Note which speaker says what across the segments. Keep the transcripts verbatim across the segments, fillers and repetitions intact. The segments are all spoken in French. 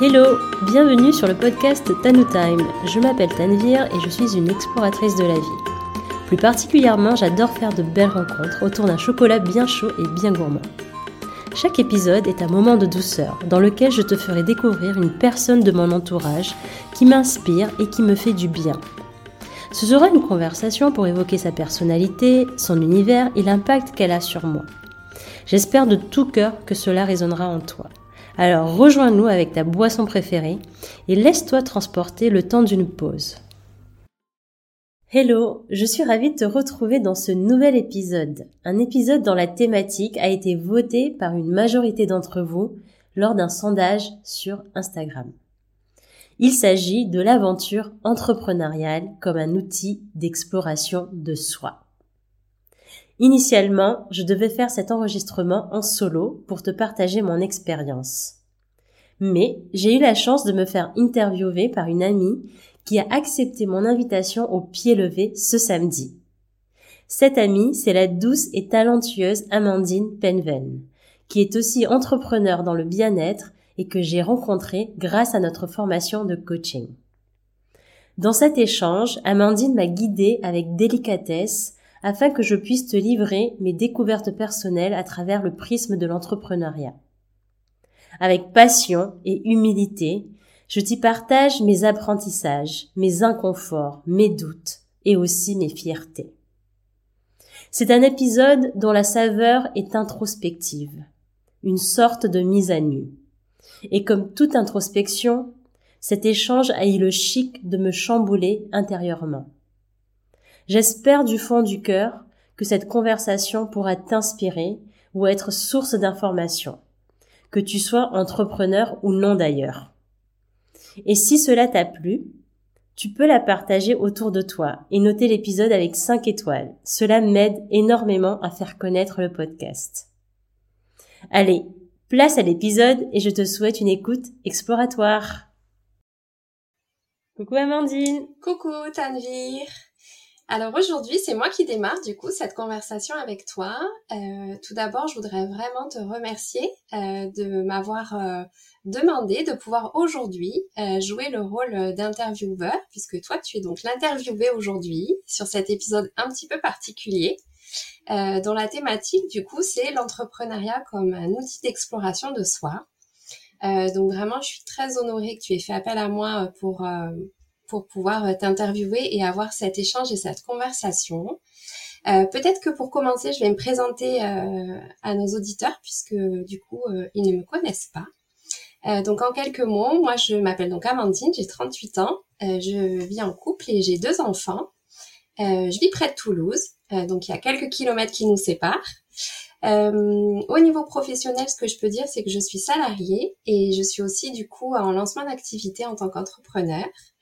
Speaker 1: Hello, bienvenue sur le podcast Tanu Time. Je m'appelle Tanvir et je suis une exploratrice de la vie. Plus particulièrement, j'adore faire de belles rencontres autour d'un chocolat bien chaud et bien gourmand. Chaque épisode est un moment de douceur dans lequel je te ferai découvrir une personne de mon entourage qui m'inspire et qui me fait du bien. Ce sera une conversation pour évoquer sa personnalité, son univers et l'impact qu'elle a sur moi. J'espère de tout cœur que cela résonnera en toi. Alors rejoins-nous avec ta boisson préférée et laisse-toi transporter le temps d'une pause. Hello, je suis ravie de te retrouver dans ce nouvel épisode. Un épisode dont la thématique a été votée par une majorité d'entre vous lors d'un sondage sur Instagram. Il s'agit de l'aventure entrepreneuriale comme un outil d'exploration de soi. Initialement, je devais faire cet enregistrement en solo pour te partager mon expérience. Mais j'ai eu la chance de me faire interviewer par une amie qui a accepté mon invitation au pied levé ce samedi. Cette amie, c'est la douce et talentueuse Amandine Penven, qui est aussi entrepreneure dans le bien-être et que j'ai rencontrée grâce à notre formation de coaching. Dans cet échange, Amandine m'a guidée avec délicatesse afin que je puisse te livrer mes découvertes personnelles à travers le prisme de l'entrepreneuriat. Avec passion et humilité, je t'y partage mes apprentissages, mes inconforts, mes doutes et aussi mes fiertés. C'est un épisode dont la saveur est introspective, une sorte de mise à nu. Et comme toute introspection, cet échange a eu le chic de me chambouler intérieurement. J'espère du fond du cœur que cette conversation pourra t'inspirer ou être source d'information, que tu sois entrepreneur ou non d'ailleurs. Et si cela t'a plu, tu peux la partager autour de toi et noter l'épisode avec cinq étoiles. Cela m'aide énormément à faire connaître le podcast. Allez, place à l'épisode et je te souhaite une écoute exploratoire. Coucou Amandine.
Speaker 2: Coucou Tanvir. Alors aujourd'hui, c'est moi qui démarre du coup cette conversation avec toi. Euh, tout d'abord, je voudrais vraiment te remercier euh, de m'avoir euh, demandé de pouvoir aujourd'hui euh, jouer le rôle d'intervieweur, puisque toi, tu es donc l'interviewé aujourd'hui sur cet épisode un petit peu particulier, euh, dont la thématique du coup, c'est l'entrepreneuriat comme un outil d'exploration de soi. Euh, donc vraiment, je suis très honorée que tu aies fait appel à moi pour euh, pour pouvoir t'interviewer et avoir cet échange et cette conversation. Euh, peut-être que pour commencer, je vais me présenter euh, à nos auditeurs puisque du coup, euh, ils ne me connaissent pas. Euh, donc en quelques mots, moi je m'appelle donc Amandine, j'ai trente-huit ans, euh, je vis en couple et j'ai deux enfants. Euh, je vis près de Toulouse, euh, donc il y a quelques kilomètres qui nous séparent. Euh, au niveau professionnel, ce que je peux dire, c'est que je suis salariée et je suis aussi du coup en lancement d'activité en tant qu'entrepreneur.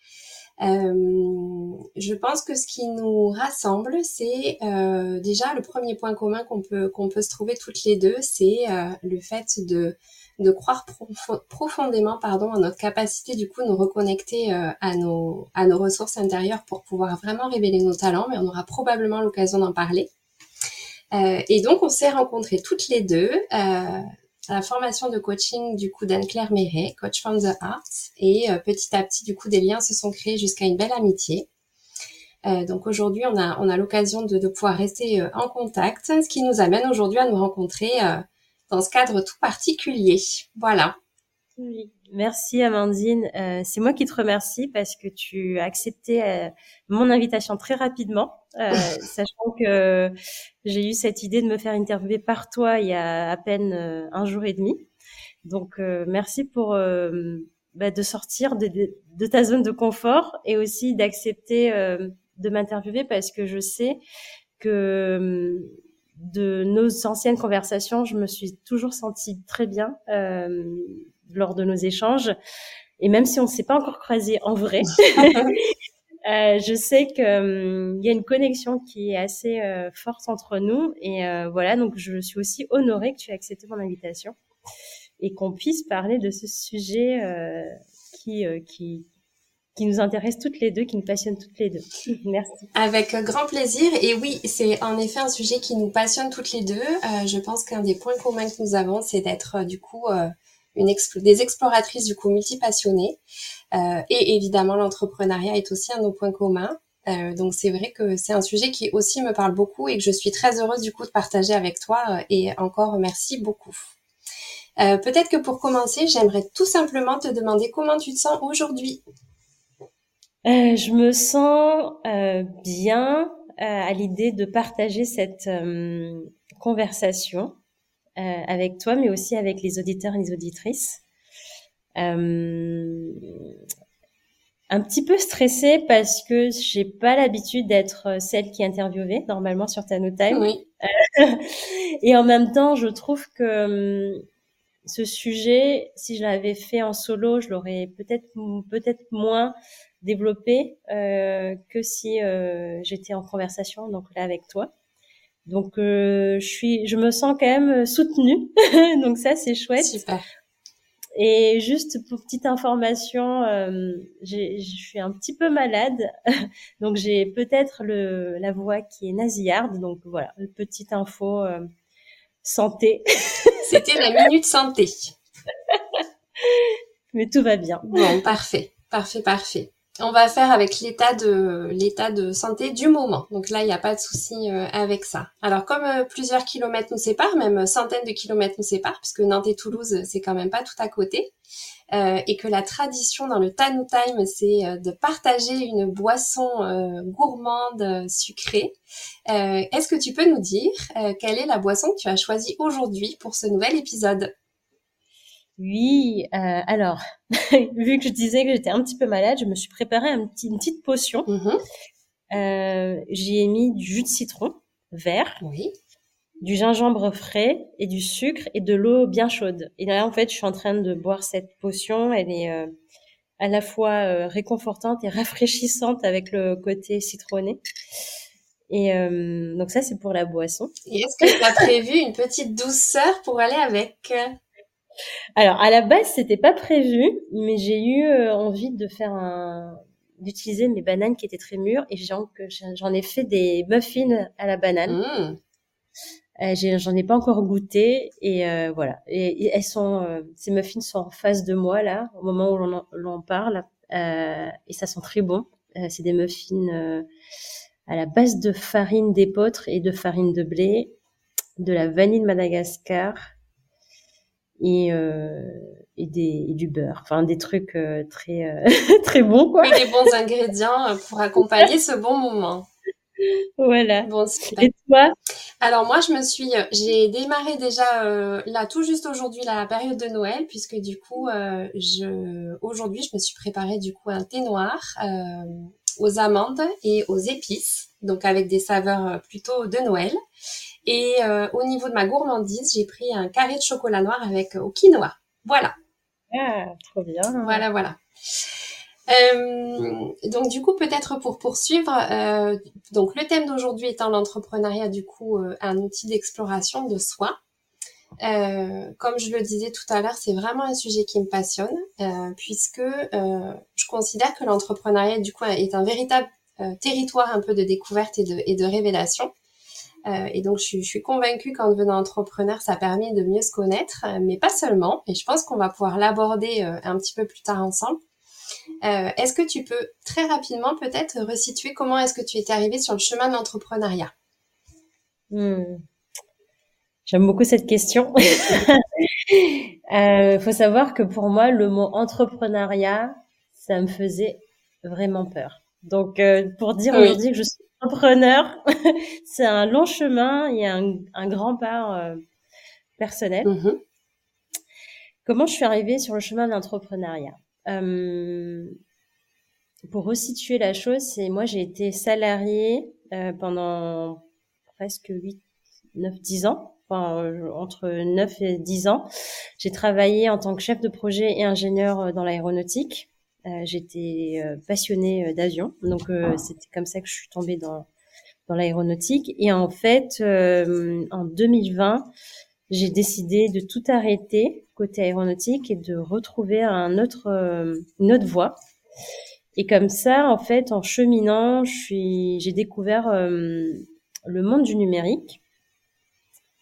Speaker 2: Euh, je pense que ce qui nous rassemble, c'est euh, déjà le premier point commun qu'on peut qu'on peut se trouver toutes les deux, c'est euh, le fait de de croire prof- profondément, pardon, à notre capacité du coup de nous reconnecter euh, à nos à nos ressources intérieures pour pouvoir vraiment révéler nos talents. Mais on aura probablement l'occasion d'en parler. Euh, et donc on s'est rencontrés toutes les deux. Euh, à la formation de coaching du coup d'Anne-Claire Méret, Coach from the Heart, et euh, petit à petit du coup des liens se sont créés jusqu'à une belle amitié. Euh, donc aujourd'hui on a on a l'occasion de, de pouvoir rester euh, en contact, ce qui nous amène aujourd'hui à nous rencontrer euh, dans ce cadre tout particulier. Voilà.
Speaker 1: Oui. Merci Amandine, euh, c'est moi qui te remercie parce que tu as accepté euh, mon invitation très rapidement, euh, sachant que j'ai eu cette idée de me faire interviewer par toi il y a à peine euh, un jour et demi. Donc euh, merci pour euh, bah, de sortir de, de, de ta zone de confort et aussi d'accepter euh, de m'interviewer parce que je sais que de nos anciennes conversations, je me suis toujours sentie très bien euh, lors de nos échanges. Et même si on ne s'est pas encore croisés en vrai, euh, je sais qu'il euh, y a une connexion qui est assez euh, forte entre nous. Et euh, voilà, donc je suis aussi honorée que tu aies accepté mon invitation et qu'on puisse parler de ce sujet euh, qui, euh, qui, qui nous intéresse toutes les deux, qui nous passionne toutes les deux. Merci.
Speaker 2: Avec grand plaisir. Et oui, c'est en effet un sujet qui nous passionne toutes les deux. Euh, je pense qu'un des points communs que nous avons, c'est d'être euh, du coup... Euh, une expl- des exploratrices du coup multipassionnées. Euh, et évidemment, l'entrepreneuriat est aussi un de nos points communs. Euh, donc c'est vrai que c'est un sujet qui aussi me parle beaucoup et que je suis très heureuse du coup de partager avec toi. Euh, et encore merci beaucoup. Euh, peut-être que pour commencer, j'aimerais tout simplement te demander comment tu te sens aujourd'hui.
Speaker 1: Euh, je me sens euh, bien euh, à l'idée de partager cette euh, conversation euh, avec toi, mais aussi avec les auditeurs et les auditrices. Euh, un petit peu stressée parce que j'ai pas l'habitude d'être celle qui est interviewée normalement sur TanoTime.
Speaker 2: Oui.
Speaker 1: Et en même temps, je trouve que ce sujet, si je l'avais fait en solo, je l'aurais peut-être peut-être moins développé euh, que si euh, j'étais en conversation donc là avec toi. Donc euh, je suis je me sens quand même soutenue. Donc ça c'est chouette.
Speaker 2: Super.
Speaker 1: Et juste pour petite information, euh, j'ai, je suis un petit peu malade, donc j'ai peut-être le la voix qui est nasillarde. Donc voilà, une petite info euh, santé.
Speaker 2: C'était la minute santé.
Speaker 1: Mais tout va bien.
Speaker 2: Bon, parfait, parfait, parfait. On va faire avec l'état de l'état de santé du moment. Donc là, il n'y a pas de souci euh, avec ça. Alors, comme euh, plusieurs kilomètres nous séparent, même centaines de kilomètres nous séparent, puisque Nantes et Toulouse, c'est quand même pas tout à côté, euh, et que la tradition dans le TanoTime, c'est euh, de partager une boisson euh, gourmande, euh, sucrée. Euh, est-ce que tu peux nous dire euh, quelle est la boisson que tu as choisie aujourd'hui pour ce nouvel épisode ?
Speaker 1: Oui, euh, alors, vu que je disais que j'étais un petit peu malade, je me suis préparé un petit, une petite potion.
Speaker 2: Mm-hmm.
Speaker 1: Euh, j'y ai mis du jus de citron vert,
Speaker 2: oui.
Speaker 1: du gingembre frais et du sucre et de l'eau bien chaude. Et là, en fait, je suis en train de boire cette potion. Elle est euh, à la fois euh, réconfortante et rafraîchissante avec le côté citronné. Et euh, donc ça, c'est pour la boisson.
Speaker 2: Et est-ce que tu as prévu une petite douceur pour aller avec ?
Speaker 1: Alors, à la base, c'était pas prévu, mais j'ai eu euh, envie de faire un, d'utiliser mes bananes qui étaient très mûres et j'en, j'en ai fait des muffins à la banane.
Speaker 2: Mmh.
Speaker 1: Euh, j'ai, j'en ai pas encore goûté et euh, voilà. Et, et elles sont, euh, ces muffins sont en face de moi là, au moment où l'on en, l'on parle, euh, et ça sent très bon. Euh, c'est des muffins euh, à la base de farine d'épeautre et de farine de blé, de la vanille de Madagascar. Et, euh, et, des, et du beurre, enfin des trucs euh, très euh, très bons quoi.
Speaker 2: Que des bons ingrédients pour accompagner ce bon moment.
Speaker 1: Voilà.
Speaker 2: Bon, super.
Speaker 1: Et toi ?
Speaker 2: Alors moi, je me suis, j'ai démarré déjà euh, là tout juste aujourd'hui la période de Noël, puisque du coup, euh, je, aujourd'hui, je me suis préparé du coup un thé noir euh, aux amandes et aux épices, donc avec des saveurs plutôt de Noël. Et euh, au niveau de ma gourmandise, j'ai pris un carré de chocolat noir avec au quinoa. Voilà.
Speaker 1: Ah, trop bien.
Speaker 2: Voilà, voilà. Euh, donc du coup, peut-être pour poursuivre, euh, donc le thème d'aujourd'hui étant l'entrepreneuriat, du coup, euh, un outil d'exploration de soi. Euh, comme je le disais tout à l'heure, c'est vraiment un sujet qui me passionne, euh, puisque euh, je considère que l'entrepreneuriat, du coup, est un véritable euh, territoire un peu de découverte et de, et de révélation. Euh, et donc, je suis, je suis convaincue qu'en devenant entrepreneur, ça permet de mieux se connaître, euh, mais pas seulement. Et je pense qu'on va pouvoir l'aborder euh, un petit peu plus tard ensemble. Euh, est-ce que tu peux très rapidement peut-être resituer comment est-ce que tu étais arrivée sur le chemin de l'entrepreneuriat ?
Speaker 1: Hmm. J'aime beaucoup cette question. Il euh, faut savoir que pour moi, le mot entrepreneuriat, ça me faisait vraiment peur. Donc, euh, pour dire
Speaker 2: Oui.
Speaker 1: aujourd'hui que je suis entrepreneur, c'est un long chemin et un, un grand pas euh, personnel.
Speaker 2: Mm-hmm.
Speaker 1: Comment je suis arrivée sur le chemin de l'entrepreneuriat ? euh, Pour resituer la chose, c'est moi j'ai été salariée euh, pendant presque huit, neuf, dix ans, enfin euh, entre neuf et dix ans. J'ai travaillé en tant que chef de projet et ingénieur dans l'aéronautique. Euh, j'étais euh, passionnée d'avion, donc euh, c'était comme ça que je suis tombée dans dans l'aéronautique. Et en fait, euh, en deux mille vingt, j'ai décidé de tout arrêter côté aéronautique et de retrouver un autre, euh, une autre voie. Et comme ça, en fait, en cheminant, je suis, j'ai découvert euh, le monde du numérique.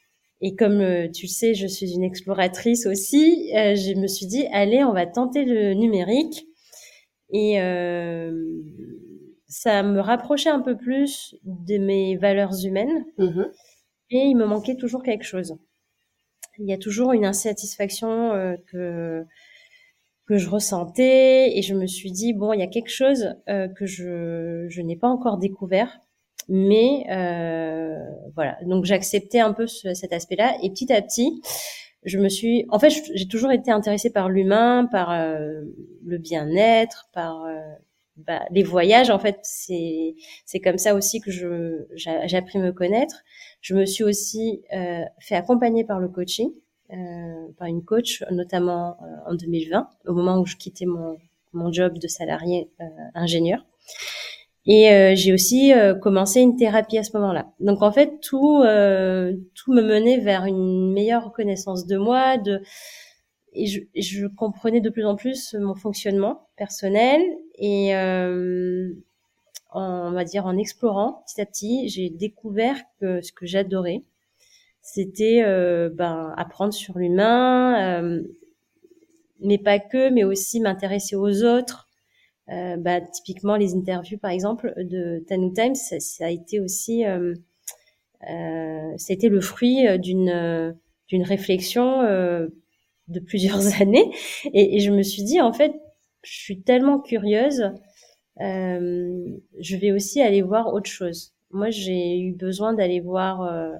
Speaker 1: Et comme euh, tu le sais, je suis une exploratrice aussi, euh, je me suis dit, allez, on va tenter le numérique. Et euh, ça me rapprochait un peu plus de mes valeurs humaines.
Speaker 2: Mmh.
Speaker 1: Et il me manquait toujours quelque chose. Il y a toujours une insatisfaction euh, que que je ressentais, et je me suis dit bon, il y a quelque chose euh, que je je n'ai pas encore découvert, mais euh, voilà. Donc j'acceptais un peu ce, cet aspect-là, et petit à petit, je me suis, en fait, j'ai toujours été intéressée par l'humain, par euh, le bien-être, par euh, bah, les voyages. En fait, c'est c'est comme ça aussi que je j'ai, j'ai appris à me connaître. Je me suis aussi euh, fait accompagner par le coaching, euh, par une coach, notamment euh, en deux mille vingt, au moment où je quittais mon mon job de salarié euh, ingénieur. Et euh, j'ai aussi euh, commencé une thérapie à ce moment-là. Donc en fait, tout euh, tout me menait vers une meilleure connaissance de moi, de et je, je comprenais de plus en plus mon fonctionnement personnel, et euh, en, on va dire en explorant petit à petit, j'ai découvert que ce que j'adorais, c'était euh, ben apprendre sur l'humain, euh, mais pas que, mais aussi m'intéresser aux autres. Euh, bah, typiquement les interviews par exemple de Tanu Times, ça, ça a été aussi euh, euh, ça a été le fruit d'une euh, d'une réflexion euh, de plusieurs années, et, et je me suis dit en fait je suis tellement curieuse, euh, je vais aussi aller voir autre chose. Moi j'ai eu besoin d'aller voir euh,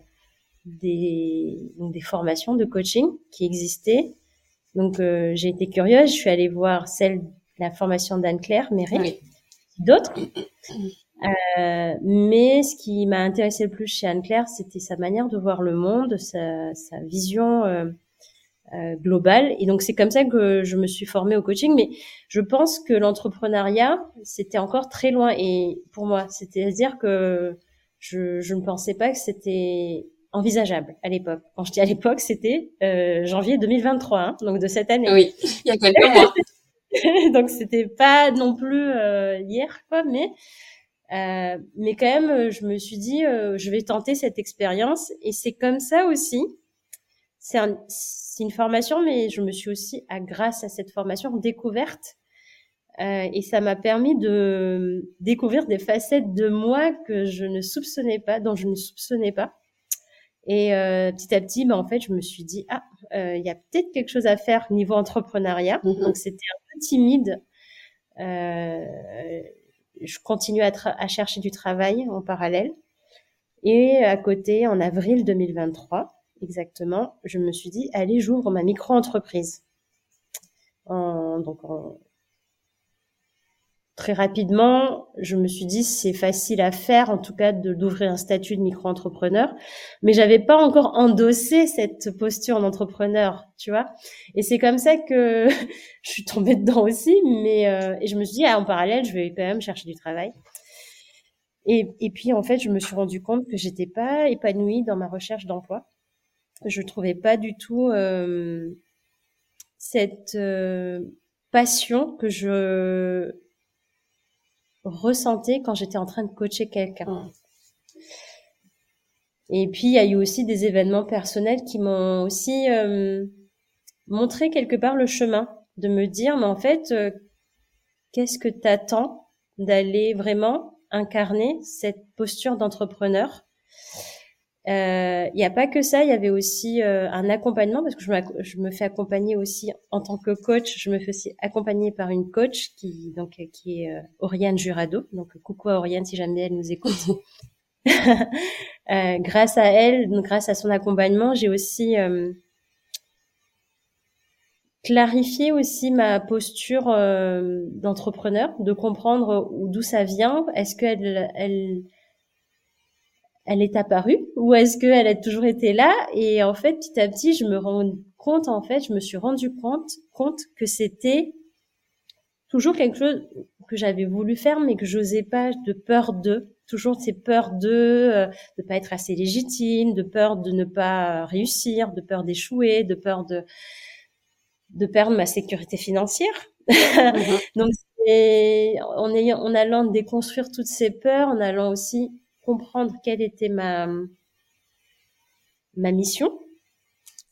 Speaker 1: des donc des formations de coaching qui existaient, donc euh, j'ai été curieuse, je suis allée voir celle la formation d'Anne-Claire Méric,
Speaker 2: Oui.
Speaker 1: d'autres. Euh, mais ce qui m'a intéressé le plus chez Anne-Claire, c'était sa manière de voir le monde, sa, sa vision euh, euh, globale. Et donc, c'est comme ça que je me suis formée au coaching. Mais je pense que l'entrepreneuriat, c'était encore très loin. Et pour moi, c'est-à-dire que je, je ne pensais pas que c'était envisageable à l'époque. Quand je dis à l'époque, c'était euh, janvier deux mille vingt-trois, hein, donc de cette année.
Speaker 2: Oui, il y a quelques mois.
Speaker 1: Donc, c'était pas non plus euh, hier, quoi, mais Euh, mais quand même, je me suis dit, euh, je vais tenter cette expérience. Et c'est comme ça aussi. C'est, un, c'est une formation, mais je me suis aussi, à, grâce à cette formation, découverte. Euh, et ça m'a permis de découvrir des facettes de moi que je ne soupçonnais pas, dont je ne soupçonnais pas. Et euh, petit à petit, bah, en fait, je me suis dit, ah, il euh, y a peut-être quelque chose à faire niveau entrepreneuriat.
Speaker 2: Mmh.
Speaker 1: Donc, c'était un peu timide. Euh, je continue à, tra- à chercher du travail en parallèle. Et à côté, en avril deux mille vingt-trois, exactement, je me suis dit, allez, j'ouvre ma micro-entreprise. En, donc, en, très rapidement, je me suis dit, c'est facile à faire, en tout cas, de d'ouvrir un statut de micro-entrepreneur. Mais j'avais pas encore endossé cette posture d'entrepreneur, tu vois. Et c'est comme ça que je suis tombée dedans aussi. Mais euh, et je me suis dit, ah, en parallèle, je vais quand même chercher du travail. Et, et puis, en fait, je me suis rendu compte que j'étais pas épanouie dans ma recherche d'emploi. Je trouvais pas du tout euh, cette euh, passion que je ressentais quand j'étais en train de coacher quelqu'un.
Speaker 2: Mmh.
Speaker 1: Et puis, il y a eu aussi des événements personnels qui m'ont aussi euh, montré quelque part le chemin, de me dire, mais en fait, euh, qu'est-ce que t'attends d'aller vraiment incarner cette posture d'entrepreneur? Il euh, n'y a pas que ça, il y avait aussi euh, un accompagnement, parce que je, je me fais accompagner aussi en tant que coach. Je me fais aussi accompagner par une coach qui donc qui est euh, Oriane Jurado. Donc coucou à Oriane si jamais elle nous écoute. euh, grâce à elle, donc grâce à son accompagnement, j'ai aussi euh, clarifié aussi ma posture euh, d'entrepreneur, de comprendre d'où ça vient. Est-ce qu'elle elle elle est apparue ou est-ce qu'elle a toujours été là? Et en fait, petit à petit, je me rends compte, en fait, je me suis rendu compte, compte que c'était toujours quelque chose que j'avais voulu faire, mais que j'osais pas, de peur de, toujours ces peurs de, euh, de pas être assez légitime, de peur de ne pas réussir, de peur d'échouer, de peur de, de perdre ma sécurité financière.
Speaker 2: Mmh.
Speaker 1: Donc, c'est, en ayant, en allant déconstruire toutes ces peurs, en allant aussi comprendre quelle était ma, ma mission,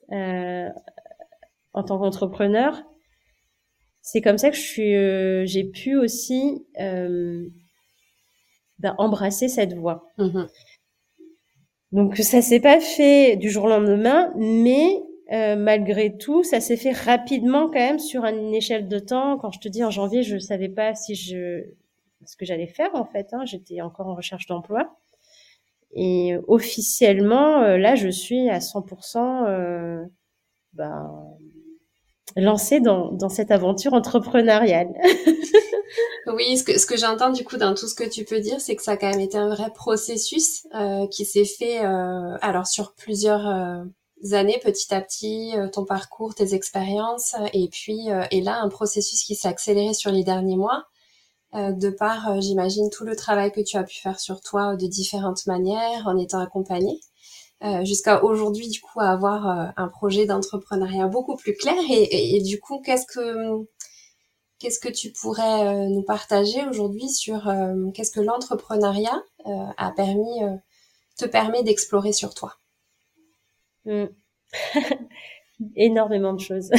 Speaker 1: euh, en tant qu'entrepreneur. C'est comme ça que je suis, euh, j'ai pu aussi euh, bah, embrasser cette voie.
Speaker 2: Mmh.
Speaker 1: Donc ça s'est pas fait du jour au lendemain, mais euh, malgré tout, ça s'est fait rapidement quand même sur une échelle de temps. Quand je te dis en janvier, je savais pas si je ce que j'allais faire en fait. Hein. J'étais encore en recherche d'emploi. Et officiellement, euh, là, je suis à cent pour cent euh, ben, lancée dans, dans cette aventure entrepreneuriale.
Speaker 2: Oui, ce que, ce que j'entends du coup dans tout ce que tu peux dire, c'est que ça a quand même été un vrai processus euh, qui s'est fait euh, alors sur plusieurs euh, années, petit à petit, euh, ton parcours, tes expériences, et puis euh, et là un processus qui s'est accéléré sur les derniers mois, euh, de par, euh, j'imagine, tout le travail que tu as pu faire sur toi de différentes manières, en étant accompagnée, euh, jusqu'à aujourd'hui du coup à avoir euh, un projet d'entrepreneuriat beaucoup plus clair. Et, et, et du coup, qu'est-ce que Qu'est-ce que tu pourrais euh, nous partager aujourd'hui sur euh, qu'est-ce que l'entrepreneuriat euh, a permis, euh, te permet d'explorer sur toi?
Speaker 1: Mm. Énormément de choses.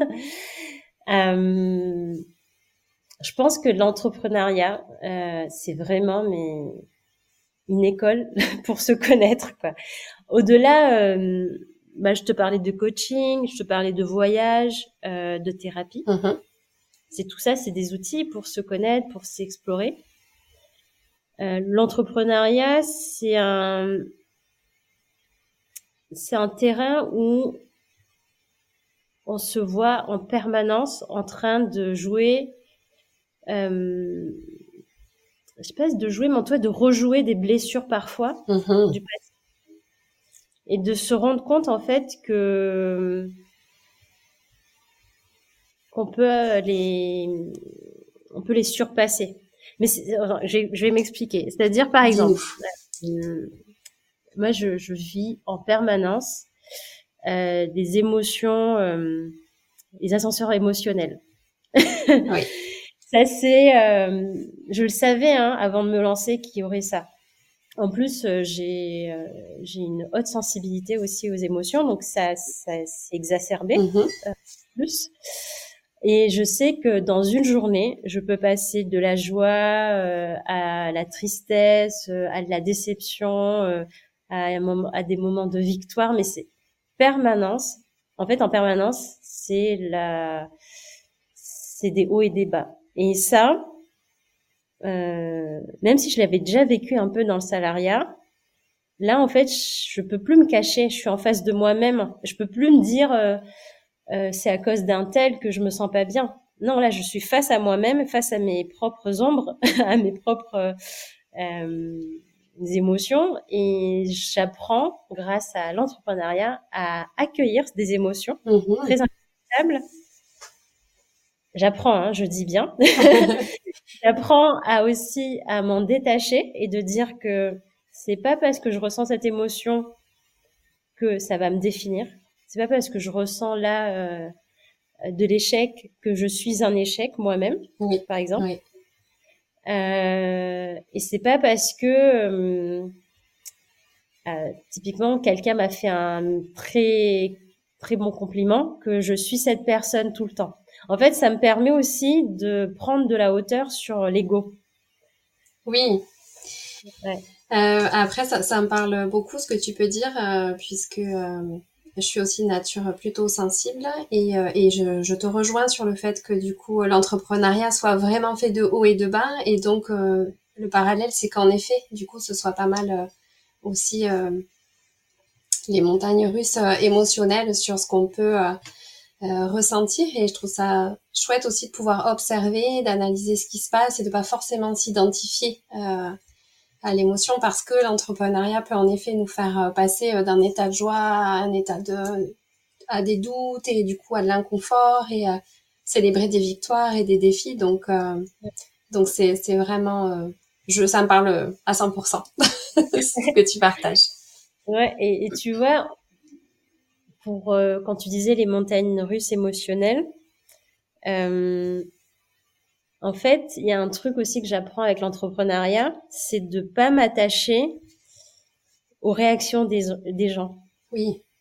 Speaker 1: euh, je pense que l'entrepreneuriat, euh, c'est vraiment mais, une école pour se connaître, quoi. Au-delà, euh, bah, je te parlais de coaching, je te parlais de voyage, euh, de thérapie.
Speaker 2: Mmh.
Speaker 1: C'est tout ça, c'est des outils pour se connaître, pour s'explorer. Euh, l'entrepreneuriat, c'est un, c'est un terrain où on se voit en permanence en train de jouer, euh, je sais pas de jouer, mais en tout cas de rejouer des blessures parfois
Speaker 2: Mmh.
Speaker 1: du passé et de se rendre compte en fait que qu'on peut les on peut les surpasser. Mais c'est, je vais, je vais m'expliquer. C'est-à-dire par exemple,
Speaker 2: Dis-nous.
Speaker 1: euh, moi je, je vis en permanence euh, des émotions, euh, des ascenseurs émotionnels.
Speaker 2: Oui.
Speaker 1: Ça c'est, euh, je le savais hein, avant de me lancer qu'il y aurait ça. En plus, euh, j'ai euh, j'ai une haute sensibilité aussi aux émotions, donc ça, ça s'est exacerbé
Speaker 2: Mmh.
Speaker 1: euh, plus. Et je sais que dans une journée, je peux passer de la joie euh, à la tristesse, euh, à de la déception, euh, à, un moment, à des moments de victoire, mais c'est permanence. En fait, en permanence, c'est la, c'est des hauts et des bas. Et ça, euh, même si je l'avais déjà vécu un peu dans le salariat, là, en fait, je peux plus me cacher. Je suis en face de moi-même. Je peux plus me dire euh, euh, c'est à cause d'un tel que je me sens pas bien. Non, là, je suis face à moi-même, face à mes propres ombres, à mes propres euh, émotions, et j'apprends, grâce à l'entrepreneuriat, à accueillir des émotions
Speaker 2: Mmh.
Speaker 1: très inconfortables. J'apprends, hein, je dis bien. J'apprends à aussi à m'en détacher et de dire que c'est pas parce que je ressens cette émotion que ça va me définir. C'est pas parce que je ressens là euh, de l'échec que je suis un échec moi-même,
Speaker 2: Oui.
Speaker 1: par exemple.
Speaker 2: Oui.
Speaker 1: Euh, et c'est pas parce que euh, euh, typiquement quelqu'un m'a fait un très très bon compliment que je suis cette personne tout le temps. En fait, ça me permet aussi de prendre de la hauteur sur l'ego.
Speaker 2: Oui.
Speaker 1: Ouais.
Speaker 2: Euh, après, ça, ça me parle beaucoup ce que tu peux dire, euh, puisque euh, je suis aussi de nature plutôt sensible et, euh, et je, je te rejoins sur le fait que du coup l'entrepreneuriat soit vraiment fait de haut et de bas, et donc euh, le parallèle c'est qu'en effet du coup ce soit pas mal euh, aussi euh, les montagnes russes euh, émotionnelles sur ce qu'on peut euh, euh, ressentir, et je trouve ça chouette aussi de pouvoir observer, d'analyser ce qui se passe et de pas forcément s'identifier euh, à l'émotion, parce que l'entrepreneuriat peut en effet nous faire passer d'un état de joie à un état de à des doutes et du coup à de l'inconfort, et à célébrer des victoires et des défis. Donc euh, donc c'est c'est vraiment euh, je ça me parle à cent pour cent ce que tu partages.
Speaker 1: Ouais, et, et tu vois, pour euh, quand tu disais les montagnes russes émotionnelles, euh, en fait, il y a un truc aussi que j'apprends avec l'entrepreneuriat, c'est de pas m'attacher aux réactions des, des gens.
Speaker 2: Oui.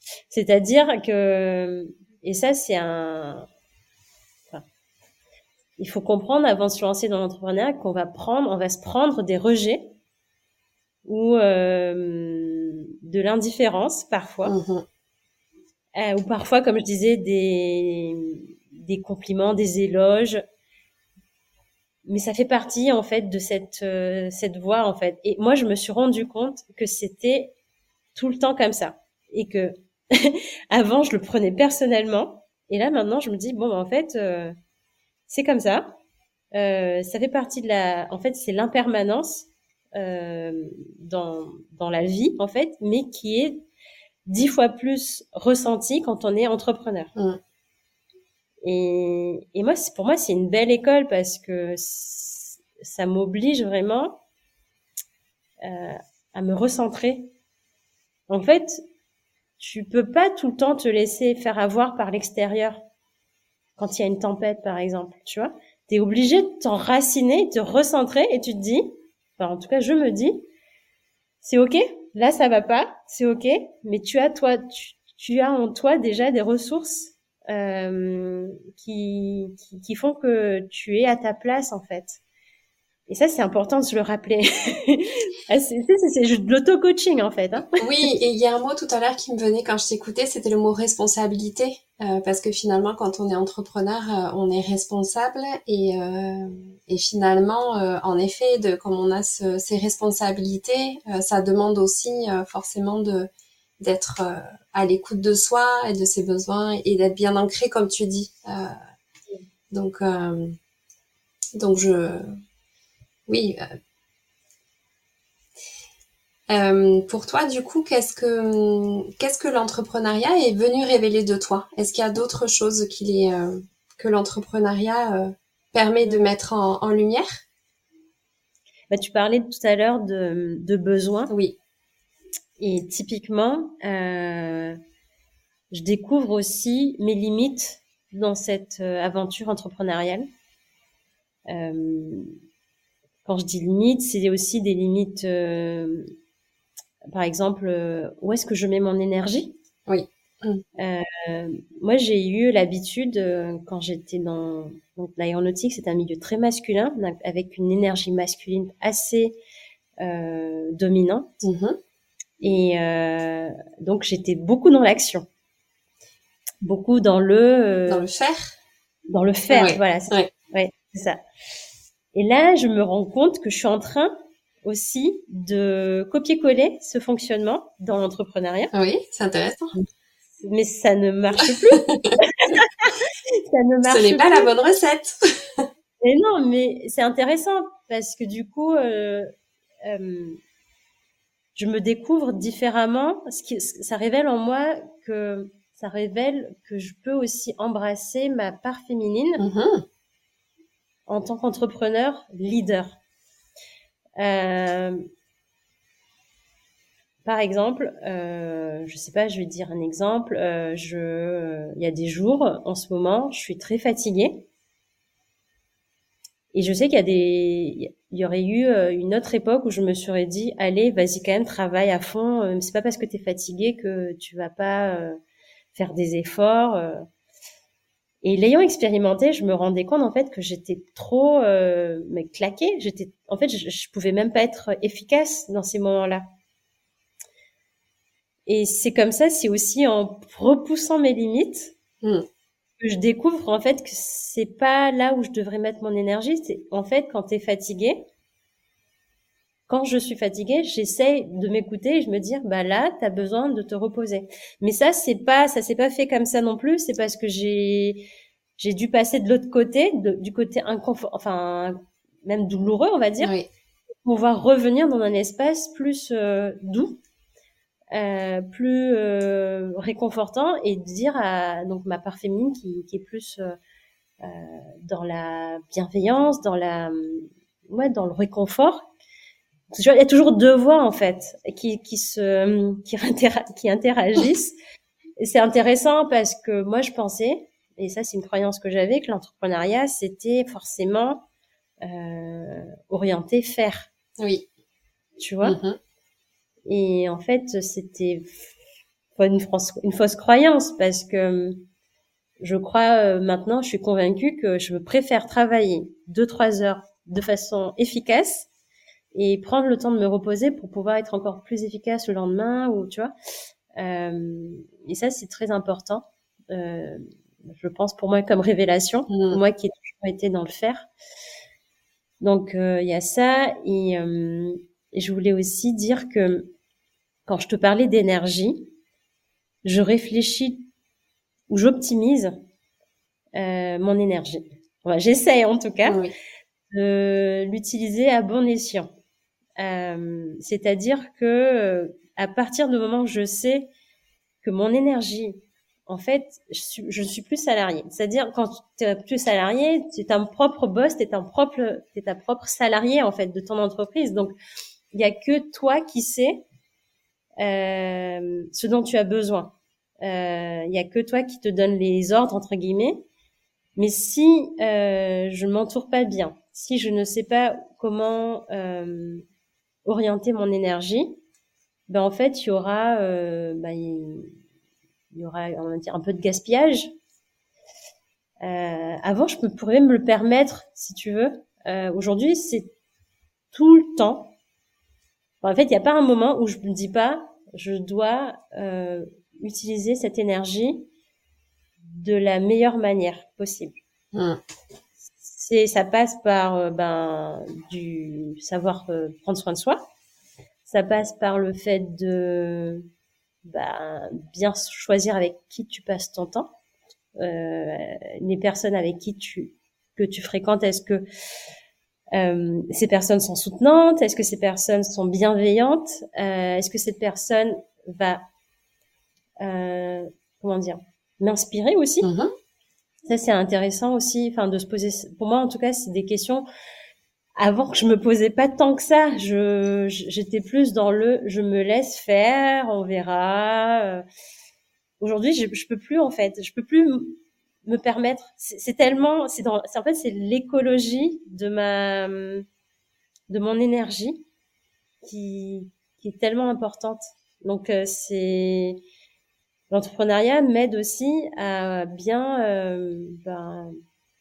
Speaker 1: C'est-à-dire que, et ça, c'est un, enfin, il faut comprendre avant de se lancer dans l'entrepreneuriat qu'on va prendre, on va se prendre des rejets ou euh, de l'indifférence parfois,
Speaker 2: Mhm.
Speaker 1: euh, ou parfois, comme je disais, des des compliments, des éloges. Mais ça fait partie en fait de cette euh, cette voie en fait. Et moi, je me suis rendu compte que c'était tout le temps comme ça et que avant, je le prenais personnellement. Et là, maintenant, je me dis bon, bah, en fait, euh, c'est comme ça. Euh, ça fait partie de la. En fait, c'est l'impermanence euh, dans dans la vie en fait, mais qui est dix fois plus ressentie quand on est entrepreneur.
Speaker 2: Mhm.
Speaker 1: Et, et moi, c'est, pour moi, c'est une belle école parce que c- ça m'oblige vraiment euh, à me recentrer. En fait, tu peux pas tout le temps te laisser faire avoir par l'extérieur quand il y a une tempête, par exemple, tu vois. T'es obligé de t'enraciner, de te recentrer et tu te dis, enfin, en tout cas, je me dis, c'est ok, là, ça va pas, c'est ok, mais tu as toi, tu, tu as en toi déjà des ressources euh, qui, qui, qui font que tu es à ta place, en fait. Et ça, c'est important de se le rappeler. Ah, c'est, c'est, c'est, c'est juste de l'auto-coaching, en fait. Hein.
Speaker 2: Oui, et il y a un mot tout à l'heure qui me venait quand je t'écoutais, c'était le mot responsabilité. Euh, parce que finalement, quand on est entrepreneur, euh, on est responsable et, euh, et finalement, euh, en effet, de comme on a ce- ces responsabilités, euh, ça demande aussi euh, forcément de d'être euh, à l'écoute de soi et de ses besoins et d'être bien ancré, comme tu dis. Euh, donc, euh, donc je, oui, Euh, pour toi, du coup, qu'est-ce que qu'est-ce que l'entrepreneuriat est venu révéler de toi? Est-ce qu'il y a d'autres choses qu'il est euh, que l'entrepreneuriat euh, permet de mettre en, en lumière?
Speaker 1: Bah, tu parlais tout à l'heure de, de besoins.
Speaker 2: Oui.
Speaker 1: Et typiquement, euh, je découvre aussi mes limites dans cette euh, aventure entrepreneuriale. Euh, quand je dis limites, c'est aussi des limites, euh, par exemple, euh, où est-ce que je mets mon énergie?
Speaker 2: Oui. Mm.
Speaker 1: Euh, Moi, j'ai eu l'habitude, euh, quand j'étais dans donc, l'aéronautique, c'est un milieu très masculin, avec une énergie masculine assez euh, dominante.
Speaker 2: Mhm.
Speaker 1: Et euh, donc, j'étais beaucoup dans l'action, beaucoup dans le
Speaker 2: Dans
Speaker 1: euh,
Speaker 2: le faire?
Speaker 1: dans le faire.
Speaker 2: Oui.
Speaker 1: Voilà, c'est
Speaker 2: Oui.
Speaker 1: ouais, c'est ça. Et là, je me rends compte que je suis en train aussi de copier-coller ce fonctionnement dans l'entrepreneuriat,
Speaker 2: Oui, c'est intéressant.
Speaker 1: mais ça ne marche plus. Ça ne
Speaker 2: Ce n'est
Speaker 1: marche
Speaker 2: pas la
Speaker 1: plus.
Speaker 2: bonne recette.
Speaker 1: Et non, mais c'est intéressant parce que du coup, euh, euh, je me découvre différemment. Ce qui, ça révèle en moi que ça révèle que je peux aussi embrasser ma part féminine
Speaker 2: Mhm.
Speaker 1: en tant qu'entrepreneur leader. Euh, Par exemple, euh, je sais pas, je vais dire un exemple. Euh, je, il y a des jours, en ce moment, je suis très fatiguée et je sais qu'il y a des, il y aurait eu euh, une autre époque où je me serais dit, allez, vas-y quand même, travaille à fond. Euh, c'est pas parce que t'es fatiguée que tu vas pas euh, faire des efforts. euh. Et l'ayant expérimenté, je me rendais compte en fait que j'étais trop euh, mais claquée. J'étais, en fait, je, je pouvais même pas être efficace dans ces moments-là. Et c'est comme ça, c'est aussi en repoussant mes limites
Speaker 2: Mm.
Speaker 1: que je découvre en fait que c'est pas là où je devrais mettre mon énergie. C'est en fait quand t'es fatigué, quand je suis fatiguée, j'essaye de m'écouter et je me dire bah là t'as besoin de te reposer. Mais ça c'est pas, ça s'est pas fait comme ça non plus. C'est parce que j'ai j'ai dû passer de l'autre côté, de, du côté inconfort, enfin même douloureux on va dire,
Speaker 2: Oui.
Speaker 1: pour pouvoir revenir dans un espace plus euh, doux. Euh, plus euh, réconfortant et de dire à donc ma part féminine qui, qui est plus euh, euh, dans la bienveillance, dans la ouais dans le réconfort. Il y a toujours deux voix en fait qui qui se qui, interag- qui interagissent. Et c'est intéressant parce que moi je pensais, et ça c'est une croyance que j'avais, que l'entrepreneuriat c'était forcément euh, orienté faire,
Speaker 2: Oui.
Speaker 1: tu vois.
Speaker 2: Mhm.
Speaker 1: Et en fait c'était pas une, France, une fausse croyance, parce que je crois euh, maintenant, je suis convaincue que je préfère travailler deux trois heures de façon efficace et prendre le temps de me reposer pour pouvoir être encore plus efficace le lendemain, ou tu vois. Euh, et ça, c'est très important. Euh, je pense pour moi comme révélation,
Speaker 2: Mmh.
Speaker 1: moi qui ai toujours été dans le faire. Donc il euh, y a ça, et, euh, et je voulais aussi dire que quand je te parlais d'énergie, je réfléchis ou j'optimise euh, mon énergie. Enfin, j'essaie en tout cas
Speaker 2: Oui.
Speaker 1: de l'utiliser à bon escient. Euh, c'est-à-dire que euh, à partir du moment où je sais que mon énergie, en fait, je suis, je suis plus salariée. C'est-à-dire, quand tu es plus salarié, tu es ton propre boss, tu es ton propre, t'es ta propre salarié, en fait, de ton entreprise. Donc, il y a que toi qui sais euh, ce dont tu as besoin. Euh, il y a que toi qui te donne les ordres, entre guillemets. Mais si euh, je m'entoure pas bien, si je ne sais pas comment euh, orienter mon énergie, ben en fait, il y aura, euh, ben, il y aura, on va dire, un peu de gaspillage. Euh, avant, je peux, pourrais me le permettre, si tu veux. Euh, aujourd'hui, c'est tout le temps. Enfin, en fait, il n'y a pas un moment où je me dis pas, je dois euh, utiliser cette énergie de la meilleure manière possible.
Speaker 2: Mmh.
Speaker 1: C'est, ça passe par euh, ben du savoir euh, prendre soin de soi. Ça passe par le fait de ben, bien choisir avec qui tu passes ton temps. Euh, les personnes avec qui tu que tu fréquentes, est-ce que euh, ces personnes sont soutenantes, est-ce que ces personnes sont bienveillantes, euh, est-ce que cette personne va euh, comment dire m'inspirer aussi.
Speaker 2: Mmh.
Speaker 1: Ça c'est intéressant aussi, enfin de se poser. Pour moi en tout cas, c'est des questions avant que je me posais pas tant que ça. Je j'étais plus dans le je me laisse faire, on verra. Aujourd'hui, je, je peux plus en fait, je peux plus me permettre. C'est, c'est tellement, c'est dans, c'est en fait c'est l'écologie de ma, de mon énergie qui qui est tellement importante. Donc euh, c'est l'entrepreneuriat m'aide aussi à bien euh, ben,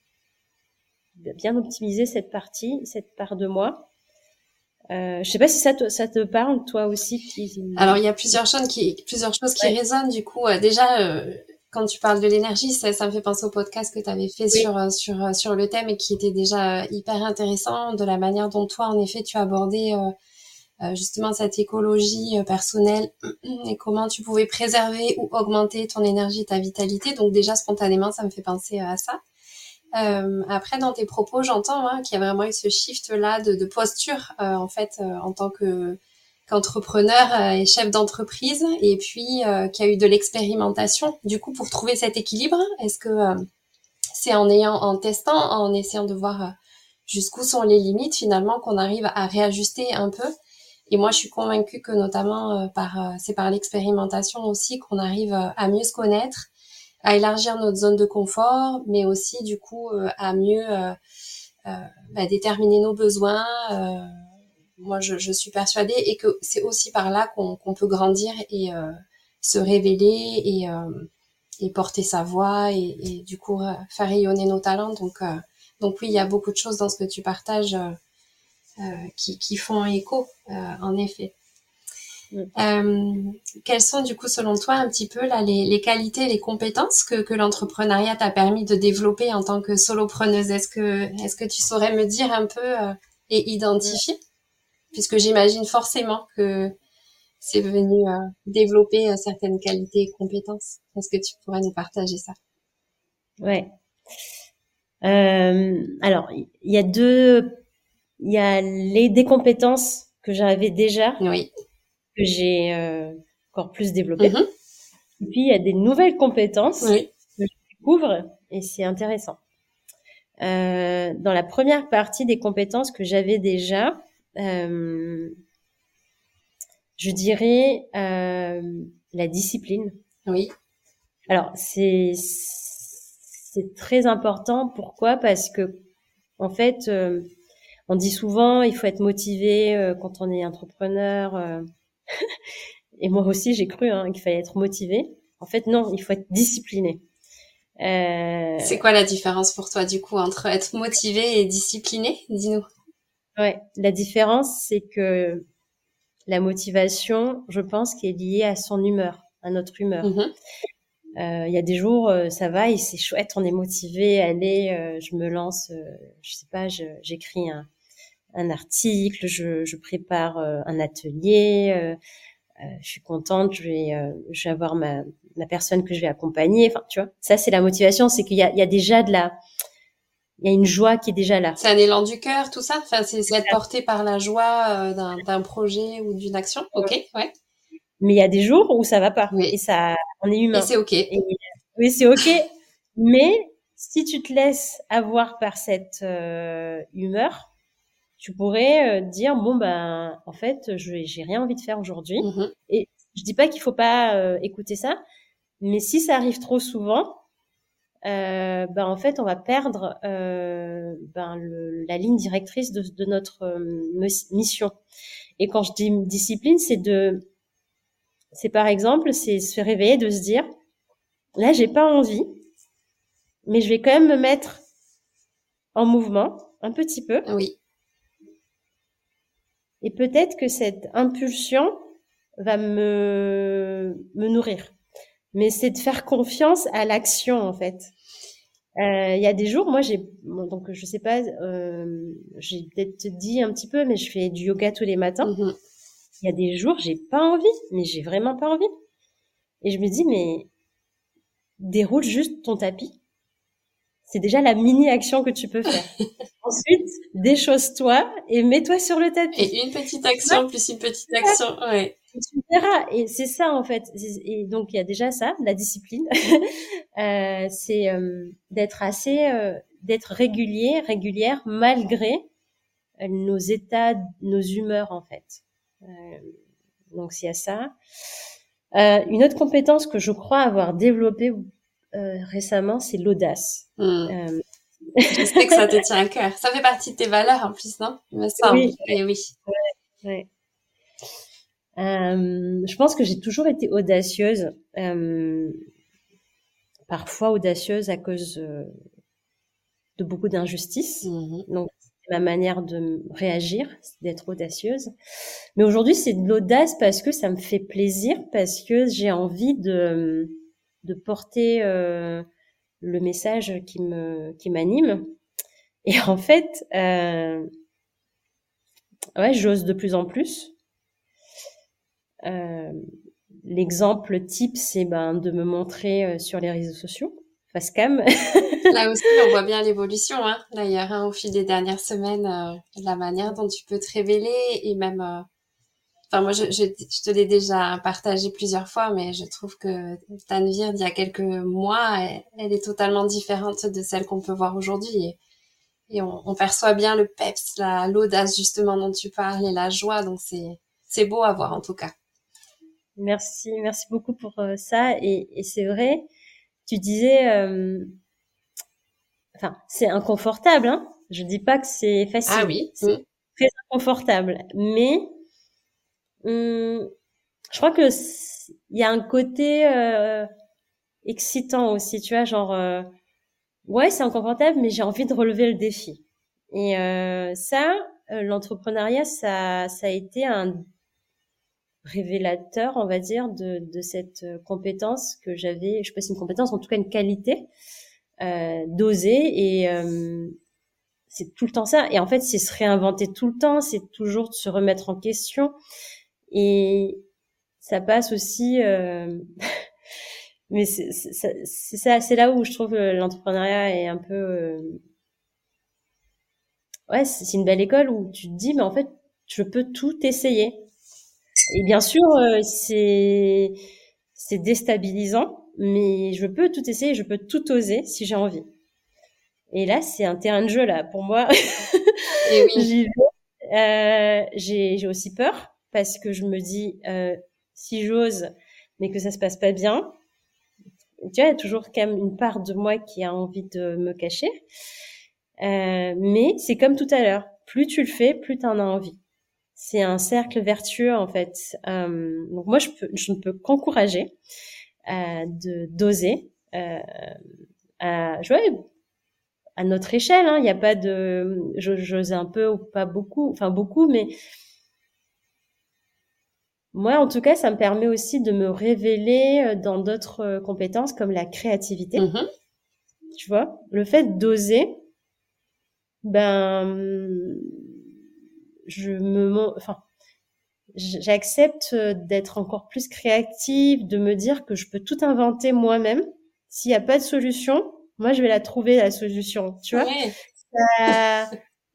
Speaker 1: bien optimiser cette partie, cette part de moi. Euh, je sais pas si ça te, ça te parle toi aussi. Qui...
Speaker 2: Alors il y a plusieurs choses qui, plusieurs choses qui
Speaker 1: Ouais.
Speaker 2: résonnent du coup. Euh, déjà, euh, quand tu parles de l'énergie, ça, ça me fait penser au podcast que tu avais fait
Speaker 1: Oui.
Speaker 2: sur sur euh, sur le thème et qui était déjà hyper intéressant, de la manière dont toi en effet tu abordais euh, euh, justement cette écologie euh, personnelle et comment tu pouvais préserver ou augmenter ton énergie, ta vitalité. Donc déjà spontanément, ça me fait penser à ça. Euh, après, dans tes propos, j'entends hein, qu'il y a vraiment eu ce shift-là de, de posture, euh, en fait, euh, en tant que qu'entrepreneur euh, et chef d'entreprise, et puis euh, qu'il y a eu de l'expérimentation. Du coup, pour trouver cet équilibre, est-ce que euh, c'est en ayant, en testant, en essayant de voir euh, jusqu'où sont les limites, finalement, qu'on arrive à réajuster un peu? Et moi, je suis convaincue que notamment euh, par, euh, c'est par l'expérimentation aussi qu'on arrive euh, à mieux se connaître, à élargir notre zone de confort, mais aussi du coup euh, à mieux euh, euh, bah, déterminer nos besoins. Euh, moi, je, je suis persuadée et que c'est aussi par là qu'on, qu'on peut grandir et euh, se révéler et, euh, et porter sa voix et, et du coup faire rayonner nos talents. Donc, euh, donc oui, il y a beaucoup de choses dans ce que tu partages euh, euh, qui, qui font écho, euh, en effet. Euh, quelles sont du coup selon toi un petit peu là les, les qualités, les compétences que, que l'entrepreneuriat t'a permis de développer en tant que solopreneuse? Est-ce que est-ce que tu saurais me dire un peu euh, et identifier, puisque j'imagine forcément que c'est venu euh, développer euh, certaines qualités et compétences. Est-ce que tu pourrais nous partager ça?
Speaker 1: Ouais. Euh, alors, il y a deux, il y a les des compétences que j'avais déjà,
Speaker 2: Oui.
Speaker 1: que j'ai euh, encore plus développées.
Speaker 2: Mm-hmm.
Speaker 1: Et puis il y a des nouvelles compétences
Speaker 2: Oui.
Speaker 1: que je découvre et c'est intéressant. Euh, dans la première partie des compétences que j'avais déjà, euh, je dirais euh, la discipline.
Speaker 2: Oui.
Speaker 1: Alors c'est c'est très important. Pourquoi? Parce que en fait, euh, on dit souvent il faut être motivé euh, quand on est entrepreneur. Euh, et moi aussi j'ai cru hein, qu'il fallait être motivé. En fait, non, il faut être discipliné.
Speaker 2: Euh... C'est quoi la différence pour toi, du coup, entre être motivé et discipliné? Dis-nous.
Speaker 1: Ouais, la différence, c'est que la motivation, je pense, qui est liée à son humeur, à notre humeur. Il mm-hmm. euh, y a des jours, euh, ça va et c'est chouette, on est motivé, allez, euh, je me lance, euh, je sais pas, je, j'écris un, un article, je, je prépare euh, un atelier, euh, euh, je suis contente, je vais, euh, je vais avoir ma, ma personne que je vais accompagner. Enfin, tu vois, ça c'est la motivation, c'est qu'il y a, il y a déjà de la, il y a une joie qui est déjà là.
Speaker 2: C'est un élan du cœur, tout ça. Enfin, c'est, c'est être porté par la joie euh, d'un, d'un projet ou d'une action. Ok, ouais.
Speaker 1: Mais il y a des jours où ça va pas.
Speaker 2: Oui.
Speaker 1: Et ça, on est humain.
Speaker 2: Et c'est ok.
Speaker 1: Et, oui, c'est ok. Mais si tu te laisses avoir par cette euh, humeur, tu pourrais euh, dire bon ben en fait je j'ai rien envie de faire aujourd'hui. Mm-hmm. Et je dis pas qu'il faut pas euh, écouter ça, mais si ça arrive trop souvent, euh, ben en fait on va perdre euh, ben le, la ligne directrice de, de notre euh, mission. Et quand je dis discipline, c'est de c'est par exemple c'est se réveiller, de se dire là j'ai pas envie, mais je vais quand même me mettre en mouvement un petit peu.
Speaker 2: Oui.
Speaker 1: Et peut-être que cette impulsion va me, me nourrir. Mais c'est de faire confiance à l'action, en fait. Il euh, y a des jours, moi, j'ai, donc je sais pas, euh, j'ai peut-être dit un petit peu, mais je fais du yoga tous les matins. Il mm-hmm. y a des jours, j'ai pas envie, mais j'ai vraiment pas envie. Et je me dis, mais déroule juste ton tapis. C'est déjà la mini-action que tu peux faire. Ensuite, déchausse-toi et mets-toi sur le tapis.
Speaker 2: Et une petite action ouais. plus une petite action, ouais.
Speaker 1: Et tu verras. Et c'est ça, en fait. Et donc, il y a déjà ça, la discipline. euh, c'est euh, d'être assez, euh, d'être régulier, régulière, malgré euh, nos états, nos humeurs, en fait. Euh, donc, il y a ça. Euh, une autre compétence que je crois avoir développée euh, récemment, c'est l'audace.
Speaker 2: Mmh. Euh, Je sais que ça te tient à cœur. Ça fait partie de tes valeurs en plus, non? Il me semble.
Speaker 1: Oui.
Speaker 2: Et oui.
Speaker 1: Ouais, ouais. Euh, je pense que j'ai toujours été audacieuse. Euh, parfois audacieuse à cause euh, de beaucoup d'injustices. Mmh. Donc, c'est ma manière de réagir, c'est d'être audacieuse. Mais aujourd'hui, c'est de l'audace parce que ça me fait plaisir, parce que j'ai envie de, de porter euh, le message qui me qui m'anime. Et en fait, euh, ouais, j'ose de plus en plus. Euh, l'exemple type, c'est ben de me montrer euh, sur les réseaux sociaux, face cam.
Speaker 2: Là aussi, on voit bien l'évolution, hein, d'ailleurs, hein, au fil des dernières semaines, euh, la manière dont tu peux te révéler et même. Euh... Enfin, moi, je, je, je te l'ai déjà partagé plusieurs fois, mais je trouve que Tanvir d'il y a quelques mois, elle, elle est totalement différente de celle qu'on peut voir aujourd'hui. Et, et on, on perçoit bien le peps, la, l'audace justement dont tu parles et la joie. Donc c'est, c'est beau à voir en tout cas.
Speaker 1: Merci, merci beaucoup pour euh, ça. Et, et c'est vrai, tu disais, euh, enfin, c'est inconfortable. Hein. Je dis pas que c'est facile.
Speaker 2: Ah oui.
Speaker 1: C'est mmh. très inconfortable, mais hum, je crois que il y a un côté euh, excitant aussi, tu vois, genre euh, ouais, c'est inconfortable, mais j'ai envie de relever le défi. Et euh, ça, euh, l'entrepreneuriat, ça, ça a été un révélateur, on va dire, de, de cette compétence que j'avais. Je sais pas si une compétence, en tout cas une qualité euh, d'oser. Et euh, c'est tout le temps ça. Et en fait, c'est se réinventer tout le temps, c'est toujours de se remettre en question. Et ça passe aussi. Euh... Mais c'est, c'est, c'est ça, c'est là où je trouve que l'entrepreneuriat est un peu. Euh... Ouais, c'est une belle école où tu te dis, mais en fait, je peux tout essayer. Et bien sûr, euh, c'est c'est déstabilisant, mais je peux tout essayer, je peux tout oser si j'ai envie. Et là, c'est un terrain de jeu là pour moi.
Speaker 2: Et oui.
Speaker 1: J'y vais. Euh, j'ai j'ai aussi peur parce que je me dis euh, si j'ose, mais que ça se passe pas bien. Tu vois, il y a toujours quand même une part de moi qui a envie de me cacher. Euh, mais c'est comme tout à l'heure. Plus tu le fais, plus tu en as envie. c'est un cercle vertueux en fait. Euh, donc moi, je, peux, je ne peux qu'encourager euh, de d'oser. Euh, à, je vois, à notre échelle, il hein, n'y a pas de, j'ose un peu ou pas beaucoup, enfin beaucoup, mais moi, en tout cas, ça me permet aussi de me révéler dans d'autres compétences comme la créativité.
Speaker 2: Mm-hmm.
Speaker 1: Tu vois, le fait d'oser, ben, je me, enfin, j'accepte d'être encore plus créative, de me dire que je peux tout inventer moi-même. S'il n'y a pas de solution, moi, je vais la trouver, la solution. Tu vois?
Speaker 2: Ouais.
Speaker 1: Ça...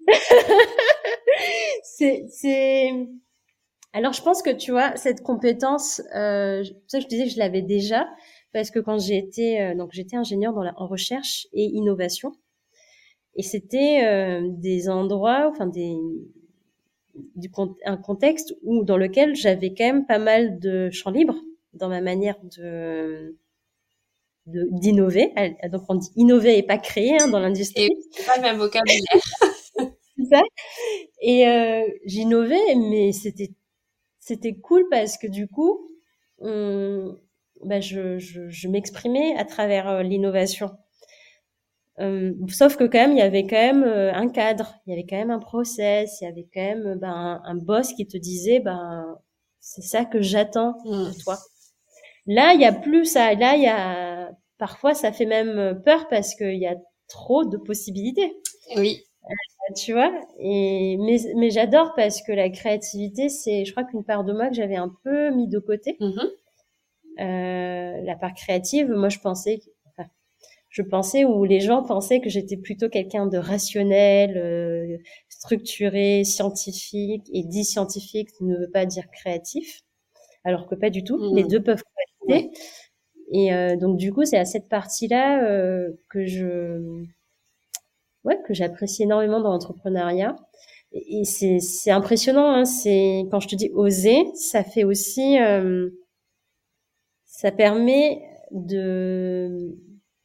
Speaker 1: c'est, c'est, alors, je pense que, tu vois, cette compétence, euh, c'est pour ça que je disais que je l'avais déjà, parce que quand j'ai été, euh, donc j'étais ingénieure dans la, en recherche et innovation, et c'était euh, des endroits, enfin des, du, un contexte où, dans lequel j'avais quand même pas mal de champs libres dans ma manière de, de d'innover. Donc, on dit innover et pas créer hein, dans l'industrie.
Speaker 2: Et c'est pas le même vocabulaire.
Speaker 1: C'est ça. Et euh, j'innovais, mais c'était c'était cool parce que du coup, on, bah je, je, je m'exprimais à travers euh, l'innovation. Euh, sauf que quand même, il y avait quand même euh, un cadre, il y avait quand même un process, il y avait quand même ben, un, un boss qui te disait, ben c'est ça que j'attends
Speaker 2: Mm.
Speaker 1: de toi. Là, il y a plus ça. Là, il y a parfois ça fait même peur parce qu'il y a trop de possibilités.
Speaker 2: Oui.
Speaker 1: Tu vois, et mais mais j'adore parce que la créativité, c'est, je crois qu'une part de moi que j'avais un peu mis de côté.
Speaker 2: Mm-hmm.
Speaker 1: Euh, la part créative, moi je pensais, enfin, je pensais ou les gens pensaient que j'étais plutôt quelqu'un de rationnel, euh, structuré, scientifique, et dit scientifique ne veut pas dire créatif, alors que pas du tout.
Speaker 2: Mm.
Speaker 1: Les deux peuvent coexister.
Speaker 2: Ouais.
Speaker 1: Et euh, donc du coup, c'est à cette partie-là euh, que je, ouais, que j'apprécie énormément dans l'entrepreneuriat. Et c'est c'est impressionnant. Hein, c'est quand je te dis oser, ça fait aussi, euh, ça permet de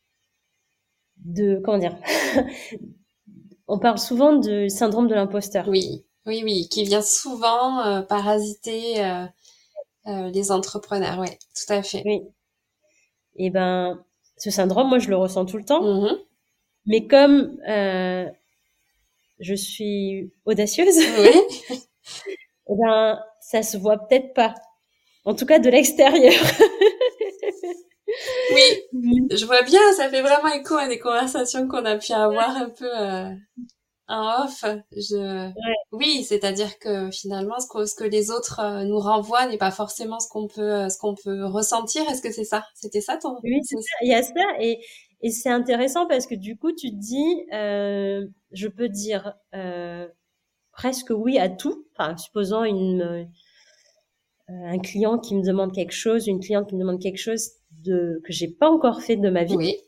Speaker 1: de comment dire. On parle souvent du syndrome de l'imposteur.
Speaker 2: Oui, oui, oui, qui vient souvent euh, parasiter euh, euh, les entrepreneurs. Oui, tout à fait.
Speaker 1: Oui. Et ben, ce syndrome, moi, je le ressens tout le temps.
Speaker 2: Mm-hmm.
Speaker 1: Mais comme euh, je suis audacieuse,
Speaker 2: Oui.
Speaker 1: eh ben, ça se voit peut-être pas. En tout cas, de l'extérieur.
Speaker 2: Oui, je vois bien, ça fait vraiment écho à des conversations qu'on a pu avoir un peu euh, en off. Je...
Speaker 1: Ouais.
Speaker 2: Oui, c'est-à-dire que finalement, ce que, ce que les autres euh, nous renvoient n'est pas forcément ce qu'on peut, euh, ce qu'on peut ressentir. Est-ce que c'est ça? C'était ça ton...
Speaker 1: Oui, c'est ça. Il y a ça. Et, et c'est intéressant parce que du coup, tu te dis, euh, je peux dire euh, presque oui à tout. Enfin, supposons une, euh, un client qui me demande quelque chose, une cliente qui me demande quelque chose de que j'ai pas encore fait de ma vie.
Speaker 2: Oui.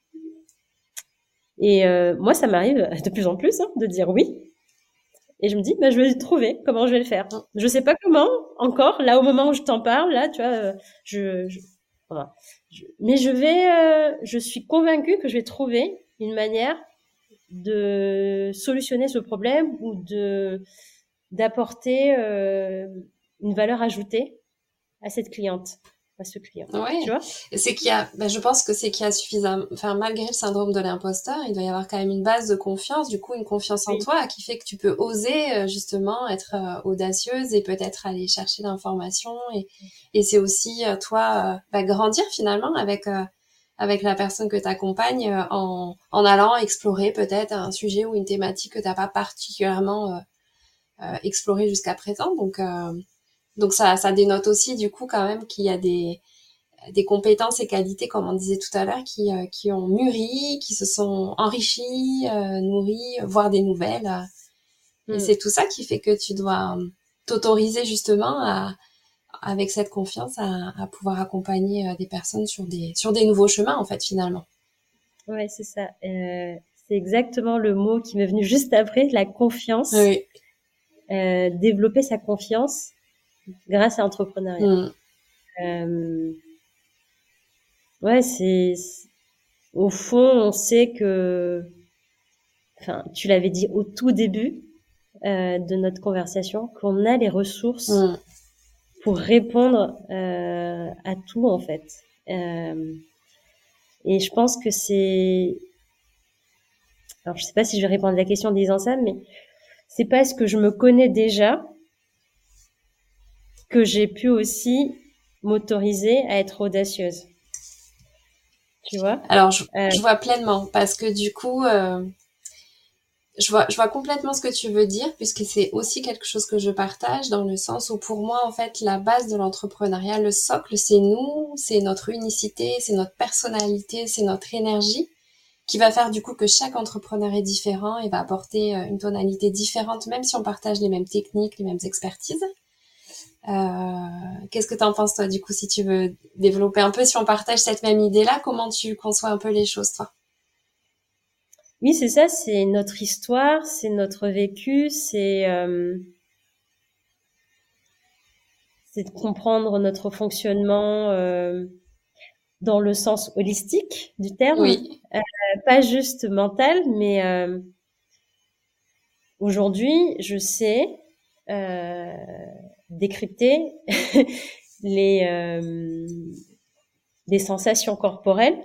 Speaker 1: Et euh, moi, ça m'arrive de plus en plus hein, de dire oui. Et je me dis, bah, je vais trouver comment je vais le faire. Je sais pas comment encore. Là, au moment où je t'en parle, là, tu vois, euh, je, je, voilà. Je, mais je vais, euh, je suis convaincue que je vais trouver une manière de solutionner ce problème ou de d'apporter euh, une valeur ajoutée à cette cliente, à ce client.
Speaker 2: Ouais.
Speaker 1: Tu vois?
Speaker 2: C'est qu'il y a, ben je pense que c'est qu'il y a suffisamment, enfin, malgré le syndrome de l'imposteur, il doit y avoir quand même une base de confiance, du coup, une confiance en
Speaker 1: Oui.
Speaker 2: toi qui fait que tu peux oser, justement, être euh, audacieuse et peut-être aller chercher l'information et, et c'est aussi, euh, toi, euh, ben, grandir finalement avec, euh, avec la personne que tu accompagnes euh, en, en allant explorer peut-être un sujet ou une thématique que t'as pas particulièrement euh, euh, exploré jusqu'à présent. Donc, euh, donc ça, ça dénote aussi, du coup, quand même qu'il y a des, des compétences et qualités, comme on disait tout à l'heure, qui, euh, qui ont mûri, qui se sont enrichies, euh, nourries, voire des nouvelles. Euh, et
Speaker 1: Mm.
Speaker 2: c'est tout ça qui fait que tu dois euh, t'autoriser justement à, avec cette confiance, à, à pouvoir accompagner euh, des personnes sur des, sur des nouveaux chemins, en fait, finalement.
Speaker 1: Ouais, c'est ça. Euh, c'est exactement le mot qui m'est venu juste après, la confiance.
Speaker 2: Oui.
Speaker 1: Euh, développer sa confiance grâce à l'entrepreneuriat.
Speaker 2: Mm.
Speaker 1: Euh, ouais, c'est, au fond, on sait que, enfin, tu l'avais dit au tout début, euh, de notre conversation qu'on a les ressources
Speaker 2: Mm.
Speaker 1: pour répondre euh, à tout en fait. Euh, et je pense que c'est, alors je sais pas si je vais répondre à la question en disant ça, mais c'est parce que je me connais déjà que j'ai pu aussi m'autoriser à être audacieuse. Tu vois?
Speaker 2: Alors, je,
Speaker 1: euh,
Speaker 2: je vois pleinement parce que du coup, euh, je vois, je vois complètement ce que tu veux dire puisque c'est aussi quelque chose que je partage dans le sens où pour moi, en fait, la base de l'entrepreneuriat, le socle, c'est nous, c'est notre unicité, c'est notre personnalité, c'est notre énergie qui va faire du coup que chaque entrepreneur est différent et va apporter une tonalité différente même si on partage les mêmes techniques, les mêmes expertises. Euh, qu'est-ce que tu en penses toi du coup si tu veux développer un peu, si on partage cette même idée-là, comment tu conçois un peu les choses toi?
Speaker 1: Oui, c'est ça, c'est notre histoire, c'est notre vécu, c'est euh, c'est de comprendre notre fonctionnement euh, dans le sens holistique du terme,
Speaker 2: Oui.
Speaker 1: euh, pas juste mental, mais euh, aujourd'hui, je sais euh, décrypter les euh, les sensations corporelles.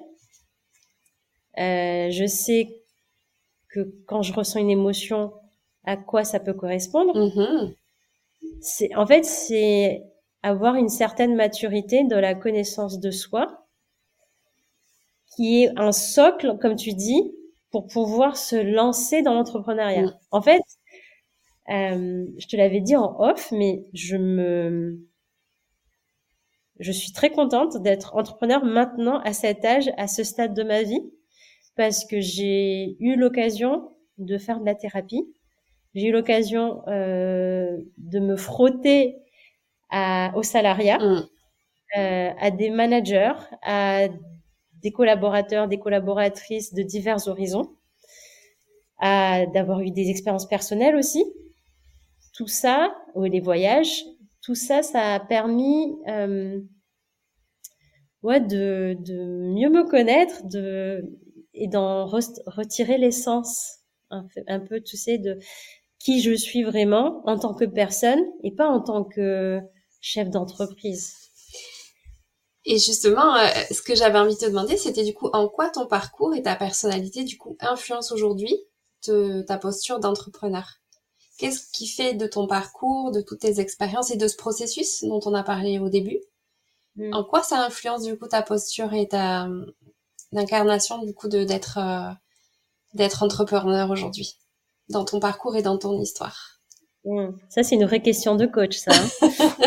Speaker 1: Euh, je sais que quand je ressens une émotion, à quoi ça peut correspondre.
Speaker 2: Mm-hmm.
Speaker 1: C'est, en fait, c'est avoir une certaine maturité de la connaissance de soi, qui est un socle, comme tu dis, pour pouvoir se lancer dans l'entrepreneuriat.
Speaker 2: Mm.
Speaker 1: En fait, euh, je te l'avais dit en off, mais je me, je suis très contente d'être entrepreneur maintenant à cet âge, à ce stade de ma vie, parce que j'ai eu l'occasion de faire de la thérapie. J'ai eu l'occasion euh, de me frotter à, au salariat,
Speaker 2: Mm.
Speaker 1: euh, à des managers, à des collaborateurs, des collaboratrices de divers horizons, à d'avoir eu des expériences personnelles aussi. Tout ça, ou les voyages, tout ça, ça a permis euh, ouais, de, de mieux me connaître, de et d'en re- retirer l'essence un, un peu, tu sais, de qui je suis vraiment en tant que personne et pas en tant que chef d'entreprise.
Speaker 2: Et justement, euh, ce que j'avais envie de te demander, c'était du coup en quoi ton parcours et ta personnalité du coup influencent aujourd'hui te, ta posture d'entrepreneur. Qu'est-ce qui fait de ton parcours, de toutes tes expériences et de ce processus dont on a parlé au début,
Speaker 1: Mm.
Speaker 2: en quoi ça influence du coup ta posture et ta l'incarnation du coup de d'être euh, d'être entrepreneur aujourd'hui, dans ton parcours et dans ton histoire?
Speaker 1: Mm. Ça, c'est une vraie question de coach, ça. Hein.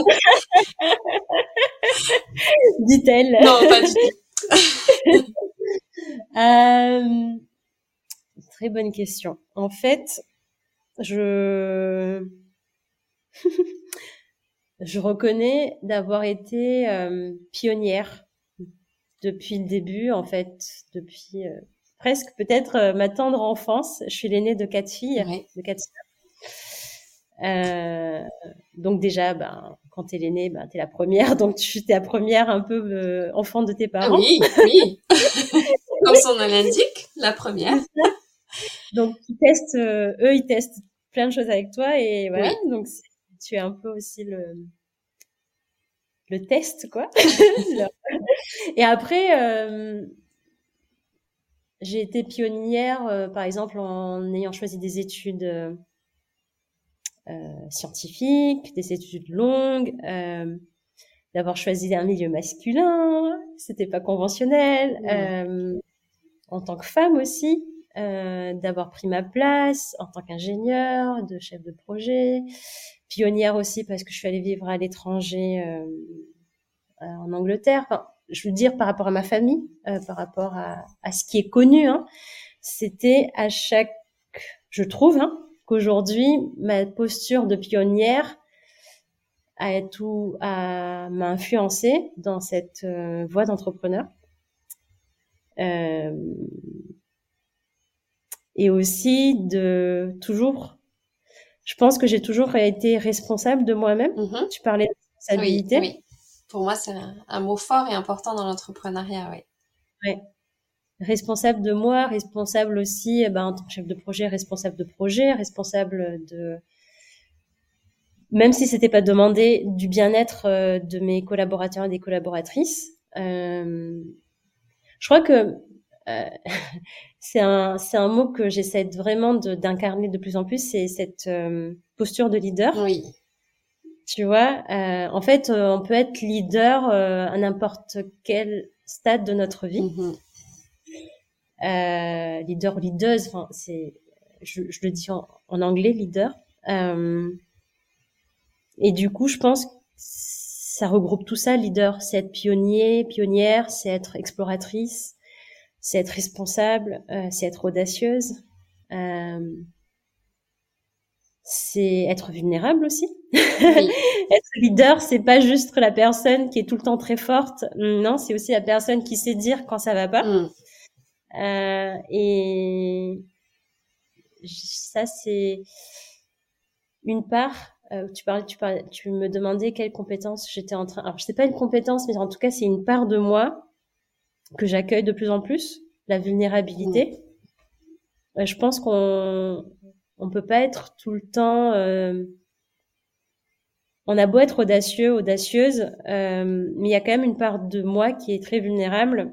Speaker 1: Dit-elle.
Speaker 2: Non, pas du tout.
Speaker 1: euh, très bonne question. En fait, je je reconnais d'avoir été euh, pionnière depuis le début, en fait, depuis euh, presque peut-être euh, ma tendre enfance. Je suis l'aînée de quatre filles,
Speaker 2: Oui.
Speaker 1: de quatre sœurs. Euh, donc déjà, ben, quand t'es l'aînée, ben, t'es la première, donc tu t'es la première un peu euh, enfant de tes
Speaker 2: Ah
Speaker 1: parents.
Speaker 2: oui, oui. Comme son nom l'indique, la première.
Speaker 1: C'est ça. Donc ils testent, euh, eux, ils testent plein de choses avec toi et voilà.
Speaker 2: Oui.
Speaker 1: Donc tu es un peu aussi le le test, quoi. Et après, euh, j'ai été pionnière, euh, par exemple, en ayant choisi des études euh, euh, scientifiques, des études longues, euh, d'avoir choisi un milieu masculin, c'était pas conventionnel,
Speaker 2: Mm.
Speaker 1: euh, en tant que femme aussi, euh, d'avoir pris ma place en tant qu'ingénieure, de chef de projet, pionnière aussi parce que je suis allée vivre à l'étranger euh, euh, en Angleterre. Enfin, je veux dire par rapport à ma famille, euh, par rapport à, à ce qui est connu, hein, c'était à chaque, je trouve, hein, qu'aujourd'hui ma posture de pionnière a tout, a, m'a influencé dans cette euh, voie d'entrepreneur. Euh, et aussi de toujours, je pense que j'ai toujours été responsable de moi-même.
Speaker 2: Mm-hmm.
Speaker 1: Tu parlais de
Speaker 2: Oui,
Speaker 1: responsabilité.
Speaker 2: oui. Pour moi, c'est un, un mot fort et important dans l'entrepreneuriat, oui.
Speaker 1: Ouais. Responsable de moi, responsable aussi, eh ben, en tant que chef de projet, responsable de projet, responsable de, même si c'était pas demandé, du bien-être euh, de mes collaborateurs et des collaboratrices. Euh, je crois que euh, c'est un c'est un mot que j'essaie de- vraiment de, d'incarner de plus en plus, c'est cette euh, posture de leader.
Speaker 2: Oui.
Speaker 1: Tu vois, euh, en fait, euh, on peut être leader euh, à n'importe quel stade de notre vie.
Speaker 2: Mhm.
Speaker 1: Euh, leader ou leaduse, enfin, c'est, je, je le dis en, en anglais, leader. Euh, et du coup, je pense que ça regroupe tout ça, leader. C'est être pionnier, pionnière, c'est être exploratrice, c'est être responsable, euh, c'est être audacieuse, euh, c'est être vulnérable aussi.
Speaker 2: Oui.
Speaker 1: Être leader, c'est pas juste la personne qui est tout le temps très forte. Non, c'est aussi la personne qui sait dire quand ça va pas.
Speaker 2: Mm.
Speaker 1: Euh, et ça, c'est une part. Euh, tu parlais, tu parlais, tu me demandais quelle compétence j'étais en train. Alors, je sais pas une compétence, mais en tout cas, c'est une part de moi que j'accueille de plus en plus, la
Speaker 2: Mm.
Speaker 1: vulnérabilité. Euh, je pense qu'on on peut pas être tout le temps. Euh, on a beau être audacieux, audacieuse, euh, mais il y a quand même une part de moi qui est très vulnérable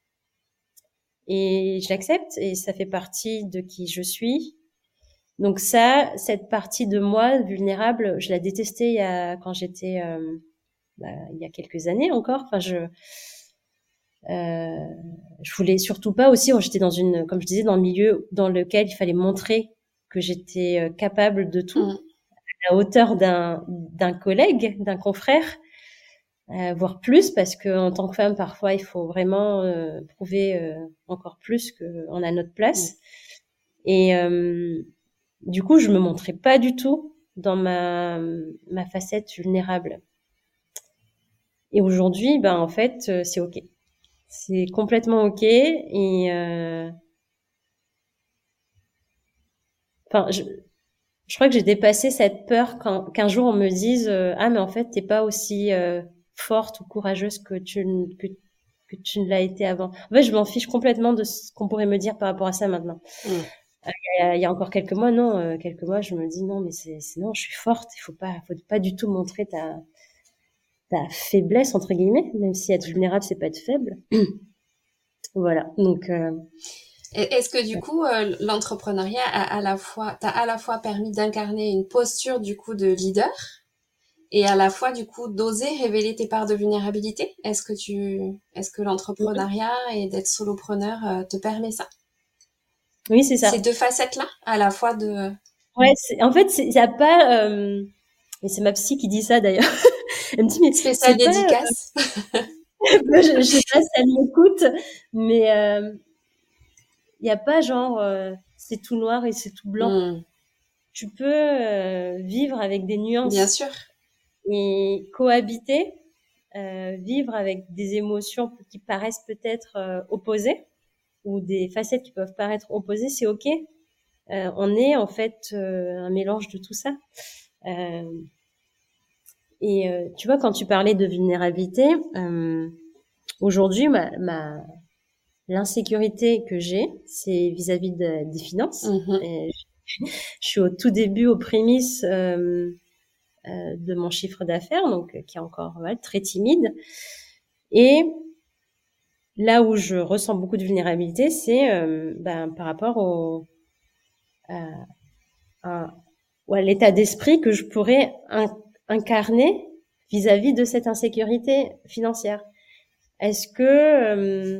Speaker 1: et je l'accepte et ça fait partie de qui je suis. Donc ça, cette partie de moi vulnérable, je la détestais il y a, quand j'étais, euh, bah, il y a quelques années encore. Enfin, je, euh, je voulais surtout pas aussi. J'étais dans une, comme je disais, dans le milieu dans lequel il fallait montrer que j'étais euh, capable de tout,
Speaker 2: Mm.
Speaker 1: à la hauteur d'un d'un collègue, d'un confrère, euh, voire plus, parce que en tant que femme, parfois, il faut vraiment euh, prouver euh, encore plus qu'on a notre
Speaker 2: Mm.
Speaker 1: place. Et euh, du coup, je me montrais pas du tout dans ma ma facette vulnérable. Et aujourd'hui, ben en fait, euh, c'est ok. C'est complètement ok. Et euh, enfin, je, je crois que j'ai dépassé cette peur quand qu'un jour on me dise euh, ah mais en fait t'es pas aussi euh, forte ou courageuse que tu n- que que tu ne l'as été avant. En fait, je m'en fiche complètement de ce qu'on pourrait me dire par rapport à ça maintenant.
Speaker 2: Mm.
Speaker 1: Il y a, il y a encore quelques mois, non, euh, quelques mois, je me dis non, mais c'est, c'est non, je suis forte. Il faut pas, faut pas du tout montrer ta, ta faiblesse entre guillemets, même si être vulnérable, c'est pas être faible. Voilà. Donc, euh,
Speaker 2: Et est-ce que du coup, euh, l'entrepreneuriat a à la fois, t'a à la fois permis d'incarner une posture du coup de leader et à la fois du coup d'oser révéler tes parts de vulnérabilité? Est-ce que tu, est-ce que l'entrepreneuriat et d'être solopreneur euh, te permet ça?
Speaker 1: oui, c'est
Speaker 2: Ces
Speaker 1: ça.
Speaker 2: deux facettes-là, à la fois de...
Speaker 1: Ouais, c'est, en fait, il y a pas, euh, et c'est ma psy qui dit ça d'ailleurs. Elle me dit mais
Speaker 2: Spéciale
Speaker 1: c'est pas,
Speaker 2: dédicace.
Speaker 1: moi, je, je sais pas si elle m'écoute, mais euh, il y a pas genre euh, c'est tout noir et c'est tout blanc.
Speaker 2: Mm.
Speaker 1: Tu peux euh, vivre avec des
Speaker 2: Bien
Speaker 1: nuances
Speaker 2: sûr.
Speaker 1: et cohabiter, euh, vivre avec des émotions qui paraissent peut-être euh, opposées ou des facettes qui peuvent paraître opposées, c'est ok. Euh, on est en fait euh, un mélange de tout ça. Euh, et euh, tu vois, quand tu parlais de vulnérabilité, euh, aujourd'hui, ma, ma l'insécurité que j'ai, c'est vis-à-vis de, des finances.
Speaker 2: Mhm.
Speaker 1: Et je, je suis au tout début, aux prémices euh, euh, de mon chiffre d'affaires, donc euh, qui est encore ouais, très timide. Et là où je ressens beaucoup de vulnérabilité, c'est euh, ben, par rapport au, à, à, ou à l'état d'esprit que je pourrais in- incarner vis-à-vis de cette insécurité financière. Est-ce que euh,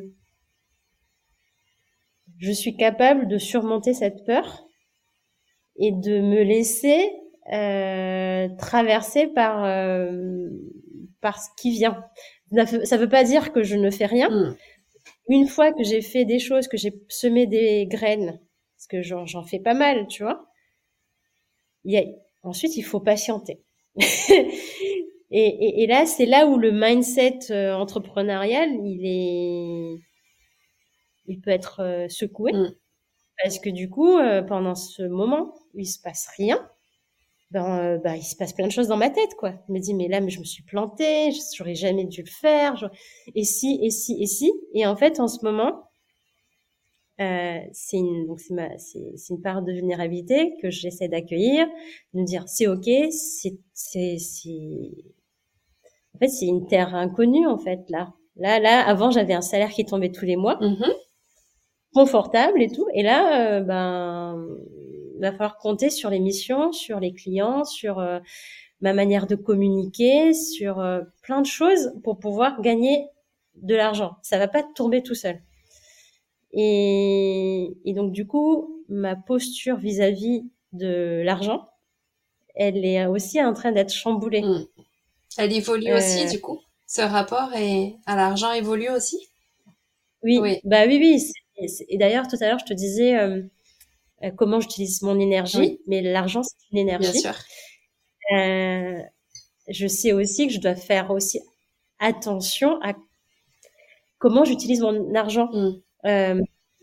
Speaker 1: je suis capable de surmonter cette peur et de me laisser euh, traverser par euh, par ce qui vient. Ça veut pas dire que je ne fais rien.
Speaker 2: Mm.
Speaker 1: Une fois que j'ai fait des choses, que j'ai semé des graines, parce que j'en, j'en fais pas mal, tu vois. Il y a, ensuite, il faut patienter. et, et, et là, c'est là où le mindset euh, entrepreneurial, il est, il peut être euh, secoué,
Speaker 2: Mm.
Speaker 1: parce que du coup, euh, pendant ce moment où il se passe rien, ben, euh, ben, il se passe plein de choses dans ma tête, quoi. Je me dis, mais là, mais je me suis plantée, j'aurais jamais dû le faire. J'aurais... Et si, et si, et si. Et en fait, en ce moment, Euh, c'est une, donc c'est ma, c'est, c'est une part de vulnérabilité que j'essaie d'accueillir, de me dire c'est ok, c'est, c'est, c'est, en fait c'est une terre inconnue en fait là. Là, là, avant j'avais un salaire qui tombait tous les mois,
Speaker 2: Mhm.
Speaker 1: confortable et tout, et là, euh, ben, il va falloir compter sur les missions, sur les clients, sur euh, ma manière de communiquer, sur euh, plein de choses pour pouvoir gagner de l'argent. Ça va pas tomber tout seul. Et, et donc du coup, ma posture vis-à-vis de l'argent, elle est aussi en train d'être chamboulée.
Speaker 2: Mm. Elle évolue aussi,
Speaker 1: Euh,
Speaker 2: du coup. Ce rapport est... à l'argent évolue aussi.
Speaker 1: oui,
Speaker 2: Oui,
Speaker 1: bah oui, oui. c'est- c'est- Et d'ailleurs, tout à l'heure, je te disais euh, euh, comment j'utilise mon
Speaker 2: oui,
Speaker 1: énergie, mais l'argent, c'est une
Speaker 2: bien
Speaker 1: énergie.
Speaker 2: sûr.
Speaker 1: Euh, je sais aussi que je dois faire aussi attention à comment j'utilise mon argent.
Speaker 2: Mm.
Speaker 1: Euh,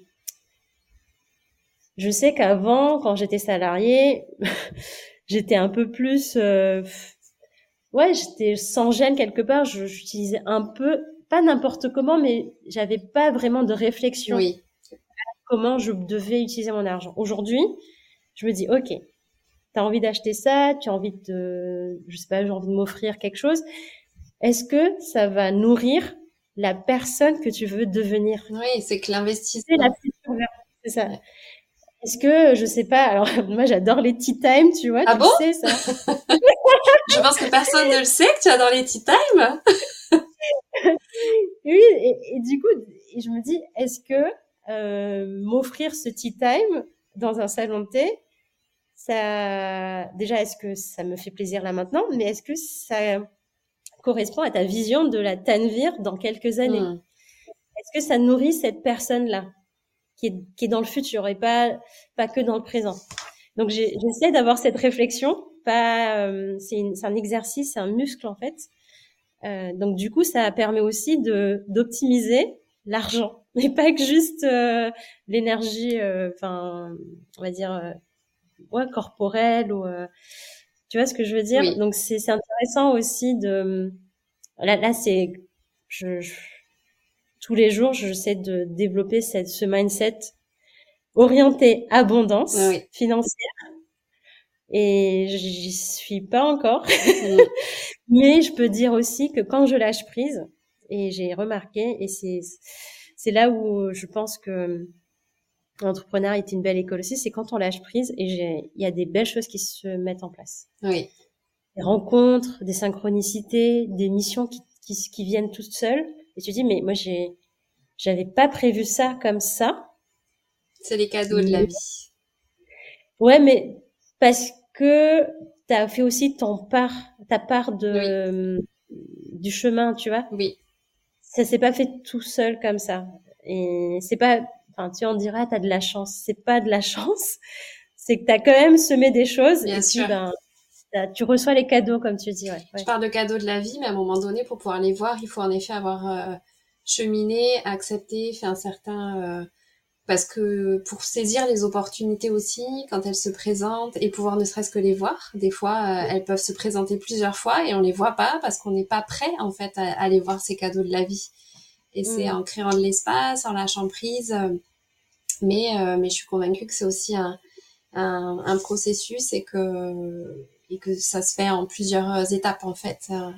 Speaker 1: je sais qu'avant, quand j'étais salariée, j'étais un peu plus, euh, ouais, j'étais sans gêne quelque part. Je, j'utilisais un peu, pas n'importe comment, mais j'avais pas vraiment de réflexion
Speaker 2: Oui,
Speaker 1: comment je devais utiliser mon argent. Aujourd'hui, je me dis, ok, t'as envie d'acheter ça, tu as envie de, je sais pas, j'ai envie de m'offrir quelque chose. Est-ce que ça va nourrir la personne que tu veux devenir?
Speaker 2: oui, c'est que
Speaker 1: C'est la
Speaker 2: l'investissement.
Speaker 1: future version, c'est ça.
Speaker 2: Ouais.
Speaker 1: Est-ce que, je sais pas, alors moi j'adore les tea time, tu vois,
Speaker 2: Ah
Speaker 1: tu le
Speaker 2: bon?
Speaker 1: sais ça.
Speaker 2: Je pense que personne ne le sait que tu as dans les tea time.
Speaker 1: Oui, et, et du coup, et je me dis, est-ce que euh, m'offrir ce tea time dans un salon de thé, ça, déjà, est-ce que ça me fait plaisir là maintenant, mais est-ce que ça correspond à ta vision de la Tanvir dans quelques années?
Speaker 2: Mm.
Speaker 1: Est-ce que ça nourrit cette personne-là qui est, qui est dans le futur et pas, pas que dans le présent? Donc, j'ai, j'essaie d'avoir cette réflexion. Pas, euh, c'est, une, c'est un exercice, c'est un muscle en fait. Euh, donc du coup, ça permet aussi de d'optimiser l'argent et pas que juste euh, l'énergie, enfin, euh, on va dire, euh, ouais, corporelle ou, euh, tu vois ce que je veux dire.
Speaker 2: Oui,
Speaker 1: Donc c'est c'est intéressant aussi de, là là c'est, je, je- tous les jours, j'essaie de développer cette ce mindset orienté abondance
Speaker 2: oui.
Speaker 1: financière et j'y suis pas encore.
Speaker 2: Mm.
Speaker 1: Mais je peux dire aussi que quand je lâche prise, et j'ai remarqué, et c'est c'est là où je pense que l'entrepreneuriat est une belle école aussi, c'est quand on lâche prise et j'ai il y a des belles choses qui se mettent en place.
Speaker 2: Oui,
Speaker 1: Des rencontres, des synchronicités, des missions qui qui, qui viennent toutes seules. Et tu dis mais moi j'ai j'avais pas prévu ça comme ça.
Speaker 2: c'est les cadeaux de la
Speaker 1: Mais,
Speaker 2: vie.
Speaker 1: ouais, mais parce que t'as fait aussi ton part, ta part
Speaker 2: Oui,
Speaker 1: de du chemin, tu vois.
Speaker 2: oui,
Speaker 1: Ça s'est pas fait tout seul comme ça. Et c'est pas, enfin, tu en diras, t'as de la chance. C'est pas de la chance. C'est que t'as quand même semé des choses
Speaker 2: bien
Speaker 1: et puis,
Speaker 2: sûr.
Speaker 1: ben, t'as- tu reçois les cadeaux, comme tu dis, ouais,
Speaker 2: Je
Speaker 1: ouais.
Speaker 2: parle de cadeaux de la vie, mais à un moment donné, pour pouvoir les voir, il faut en effet avoir euh, cheminé, accepté, fait un certain... euh, parce que pour saisir les opportunités aussi, quand elles se présentent, et pouvoir ne serait-ce que les voir, des fois, euh, elles peuvent se présenter plusieurs fois et on les voit pas parce qu'on n'est pas prêt, en fait, à, à aller voir ces cadeaux de la vie. Et c'est
Speaker 1: Mm.
Speaker 2: en créant de l'espace, en lâchant prise. euh, mais, euh, mais je suis convaincue que c'est aussi un, un, un processus et que, et que ça se fait en plusieurs étapes, en fait. Euh,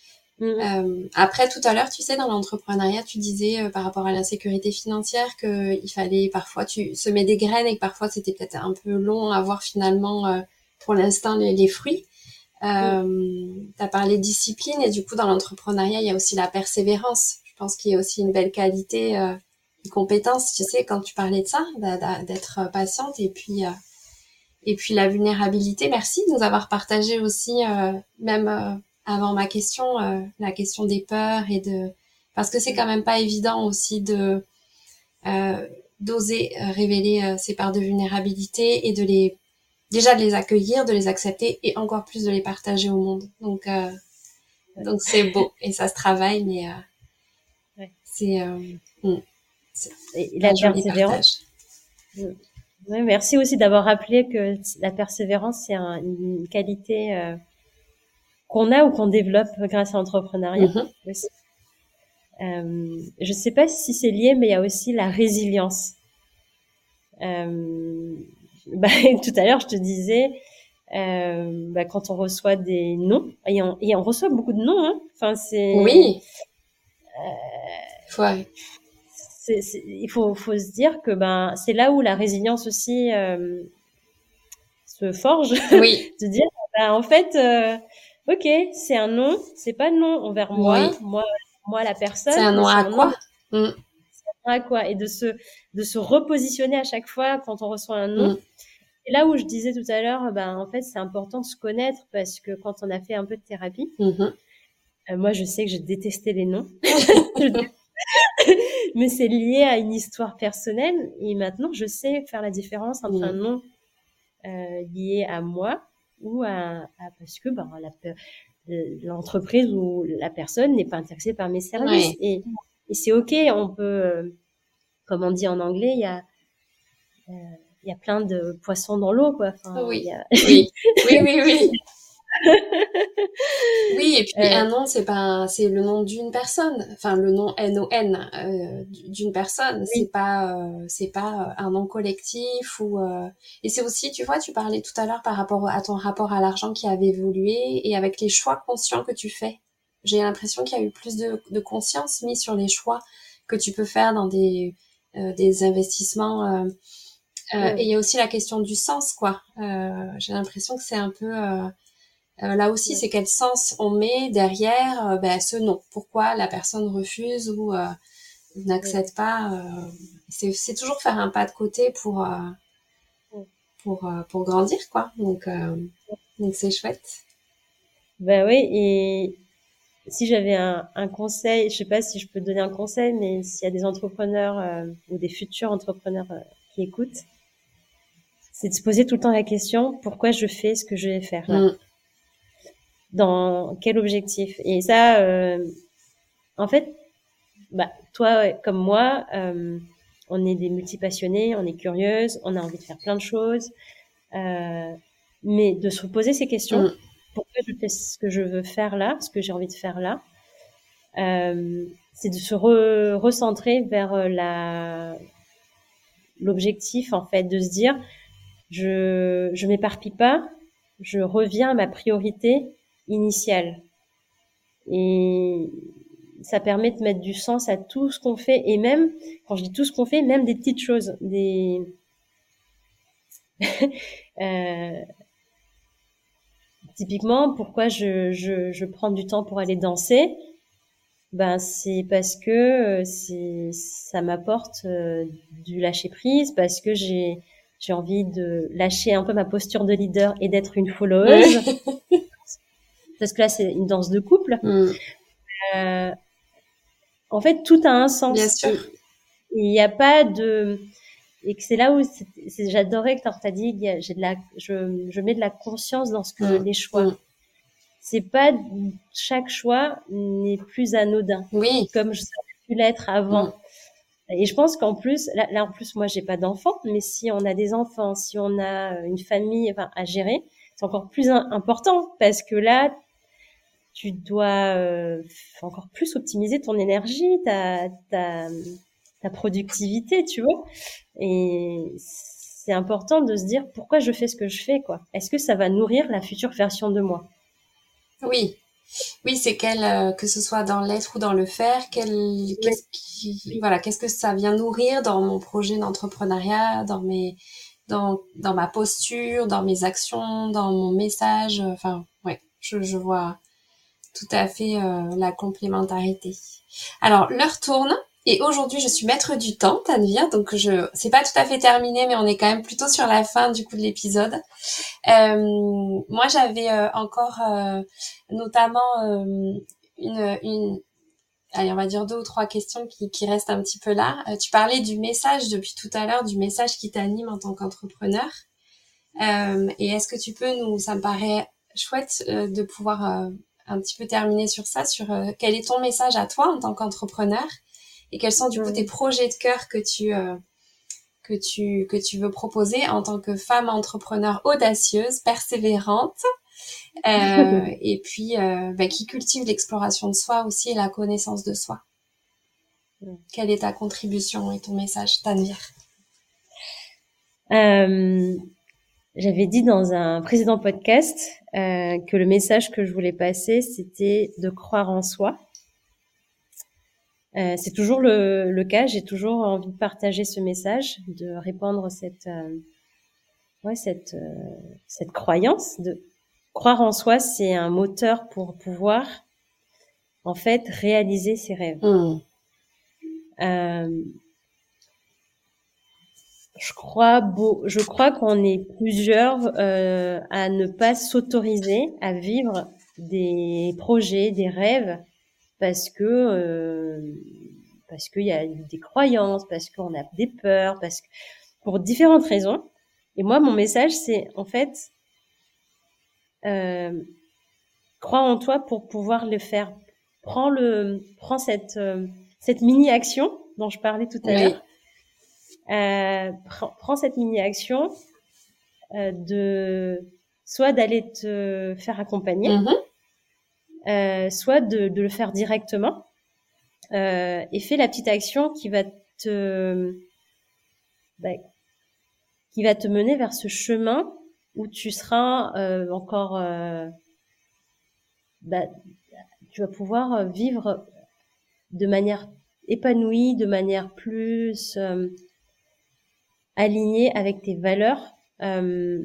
Speaker 1: Mm.
Speaker 2: euh, après, tout à l'heure, tu sais, dans l'entrepreneuriat, tu disais euh, par rapport à l'insécurité financière qu'il fallait parfois tu semer des graines et que parfois c'était peut-être un peu long à voir finalement, euh, pour l'instant, les, les fruits.
Speaker 1: Mm.
Speaker 2: Euh, tu as parlé de discipline et du coup, dans l'entrepreneuriat, il y a aussi la persévérance. Je pense qu'il y a aussi une belle qualité, euh, une compétence, tu sais, quand tu parlais de ça, d'être patiente et puis... Euh, et puis la vulnérabilité, merci de nous avoir partagé aussi, euh, même euh, avant ma question, euh, la question des peurs et de... Parce que c'est quand même pas évident aussi de euh, d'oser euh, révéler euh, ces parts de vulnérabilité et de les... Déjà de les accueillir, de les accepter et encore plus de les partager au monde. Donc euh,
Speaker 1: Ouais,
Speaker 2: donc c'est beau et ça se travaille, mais euh,
Speaker 1: ouais.
Speaker 2: c'est, euh, mm, c'est
Speaker 1: Et
Speaker 2: un
Speaker 1: la
Speaker 2: joli
Speaker 1: persévérance.
Speaker 2: partage.
Speaker 1: Mm. Ouais, merci aussi d'avoir rappelé que la persévérance, c'est un- une qualité euh, qu'on a ou qu'on développe grâce à l'entrepreneuriat
Speaker 2: Mhm.
Speaker 1: aussi. Euh, je sais pas si c'est lié, mais il y a aussi la résilience. Euh, bah, tout à l'heure, je te disais, euh, bah, quand on reçoit des noms, et on, et on reçoit beaucoup de noms, hein. Enfin, c'est,
Speaker 2: Oui.
Speaker 1: euh,
Speaker 2: Ouais.
Speaker 1: c'est, c'est, il faut, faut se dire que ben, c'est là où la résilience aussi euh, se forge,
Speaker 2: Oui.
Speaker 1: de dire, ben, en fait, euh, ok, c'est un nom, c'est pas un nom envers moi,
Speaker 2: Oui.
Speaker 1: moi, moi la
Speaker 2: C'est
Speaker 1: personne,
Speaker 2: un
Speaker 1: mais
Speaker 2: nom
Speaker 1: c'est
Speaker 2: à
Speaker 1: un nom
Speaker 2: quoi? Mm.
Speaker 1: à quoi, et de se, de se repositionner à chaque fois quand on reçoit un nom.
Speaker 2: Mm.
Speaker 1: Et là où je disais tout à l'heure, ben, en fait, c'est important de se connaître parce que quand on a fait un peu de thérapie,
Speaker 2: Mm-hmm.
Speaker 1: euh, moi, je sais que je détestais les noms. Mais c'est lié à une histoire personnelle. Et maintenant, je sais faire la différence entre un
Speaker 2: Mm.
Speaker 1: nom euh, lié à moi ou à, à parce que ben, la, l'entreprise ou la personne n'est pas intéressée par mes services.
Speaker 2: Ouais.
Speaker 1: Et, et c'est OK. On peut, euh, comme on dit en anglais, il y a il euh, y a plein de poissons dans l'eau, quoi. Enfin, il
Speaker 2: Oui.
Speaker 1: y a...
Speaker 2: Oui. Oui, oui, oui. Oui, et puis
Speaker 1: euh,
Speaker 2: un nom, c'est pas, c'est le nom d'une personne. Enfin, le nom N O N euh, d'une personne. C'est
Speaker 1: oui,
Speaker 2: pas, euh, c'est pas un nom collectif ou. Euh... Et c'est aussi, tu vois, tu parlais tout à l'heure par rapport à ton rapport à l'argent qui avait évolué et avec les choix conscients que tu fais. J'ai l'impression qu'il y a eu plus de, de conscience mise sur les choix que tu peux faire dans des euh, des investissements. Euh, euh, et
Speaker 1: ouais,
Speaker 2: il y a aussi la question du sens, quoi. Euh, j'ai l'impression que c'est un peu euh, euh, là aussi,
Speaker 1: ouais,
Speaker 2: c'est quel sens on met derrière euh, ben, ce non. Pourquoi la personne refuse ou euh,
Speaker 1: ouais,
Speaker 2: n'accepte pas. Euh, c'est, c'est toujours faire un pas de côté pour euh,
Speaker 1: ouais.
Speaker 2: pour euh, pour grandir, quoi. Donc euh, donc c'est chouette.
Speaker 1: Ben oui, et si j'avais un, un conseil, je sais pas si je peux te donner un conseil, mais s'il y a des entrepreneurs euh, ou des futurs entrepreneurs euh, qui écoutent, c'est de se poser tout le temps la question, pourquoi je fais ce que je vais faire là?
Speaker 2: Mm.
Speaker 1: Dans quel objectif? Et ça, euh, en fait, bah, toi ouais, comme moi, euh, on est des multipassionnés, on est curieuses, on a envie de faire plein de choses, euh, mais de se poser ces questions,
Speaker 2: Mm.
Speaker 1: pourquoi je fais ce que je veux faire là, ce que j'ai envie de faire là, euh, c'est de se re- recentrer vers euh, la l'objectif en fait, de se dire je je m'éparpille pas, je reviens à ma priorité initiale et ça permet de mettre du sens à tout ce qu'on fait et même quand je dis tout ce qu'on fait, même des petites choses, des euh, typiquement pourquoi je, je je prends du temps pour aller danser. Ben c'est parce que euh, c'est ça m'apporte euh, du lâcher prise parce que j'ai j'ai envie de lâcher un peu ma posture de leader et d'être une followeuse
Speaker 2: Ouais.
Speaker 1: parce que là c'est une danse de couple.
Speaker 2: Mm.
Speaker 1: Euh, en fait tout a un
Speaker 2: Bien
Speaker 1: sens
Speaker 2: sûr.
Speaker 1: et il n'y a pas de et que c'est là où c'est, c'est, j'adorais quand t'as dit il y a- j'ai de la je je mets de la conscience dans ce que
Speaker 2: Mm.
Speaker 1: les choix.
Speaker 2: Mm.
Speaker 1: C'est pas chaque choix n'est plus anodin
Speaker 2: Oui.
Speaker 1: comme ça aurait pu l'être
Speaker 2: Mm.
Speaker 1: avant. Et je pense qu'en plus, là, là en plus, moi, j'ai pas d'enfants, mais si on a des enfants, si on a une famille, enfin, à gérer, c'est encore plus un- important parce que là, tu dois euh, encore plus optimiser ton énergie, ta, ta, ta productivité, tu vois. Et c'est important de se dire pourquoi je fais ce que je fais, quoi. Est-ce que ça va nourrir la future version de moi?
Speaker 2: Oui. Oui, c'est quel, euh, que ce soit dans l'être ou dans le faire, quel,
Speaker 1: Oui,
Speaker 2: qu'est-ce qui, voilà, qu'est-ce que ça vient nourrir dans mon projet d'entrepreneuriat, dans mes, dans, dans ma posture, dans mes actions, dans mon message. euh, Enfin, ouais, je, je vois tout à fait euh, la complémentarité. Alors, l'heure tourne. Et aujourd'hui, je suis maître du temps, Tanvir, donc je, c'est pas tout à fait terminé, mais on est quand même plutôt sur la fin du coup de l'épisode. Euh, moi, j'avais euh, encore euh, notamment euh, une, une, allez, on va dire deux ou trois questions qui, qui restent un petit peu là. Euh, tu parlais du message depuis tout à l'heure, du message qui t'anime en tant qu'entrepreneur. Euh, et est-ce que tu peux nous, ça me paraît chouette euh, de pouvoir euh, un petit peu terminer sur ça, sur euh, quel est ton message à toi en tant qu'entrepreneur et quels sont du coup tes
Speaker 1: mmh.
Speaker 2: projets de cœur que tu euh, que tu que tu veux proposer en tant que femme entrepreneur audacieuse, persévérante, euh, et puis euh, bah, qui cultive l'exploration de soi aussi et la connaissance de soi. Quelle est ta contribution et ton message, Tanvir?
Speaker 1: Euh, J'avais dit dans un précédent podcast euh, que le message que je voulais passer, c'était de croire en soi. Euh, c'est toujours le, le cas. J'ai toujours envie de partager ce message, de répandre cette, euh, ouais, cette, euh, cette croyance. De croire en soi, c'est un moteur pour pouvoir, en fait, réaliser ses rêves.
Speaker 2: Mmh.
Speaker 1: Euh, je crois, beau, je crois qu'on est plusieurs euh, à ne pas s'autoriser à vivre des projets, des rêves, parce que euh, parce qu'il y a des croyances, parce qu'on a des peurs, parce que pour différentes raisons. Et moi, mon message, c'est en fait, euh, crois en toi pour pouvoir le faire. Prends le, prends cette euh, cette mini action dont je parlais tout à
Speaker 2: Oui.
Speaker 1: l'heure. Euh, prends, prends cette mini action euh, de soit d'aller te faire accompagner,
Speaker 2: Mmh.
Speaker 1: euh, soit de, de le faire directement. Euh, et fais la petite action qui va te bah, qui va te mener vers ce chemin où tu seras euh, encore euh, bah, tu vas pouvoir vivre de manière épanouie, de manière plus euh, alignée avec tes valeurs euh,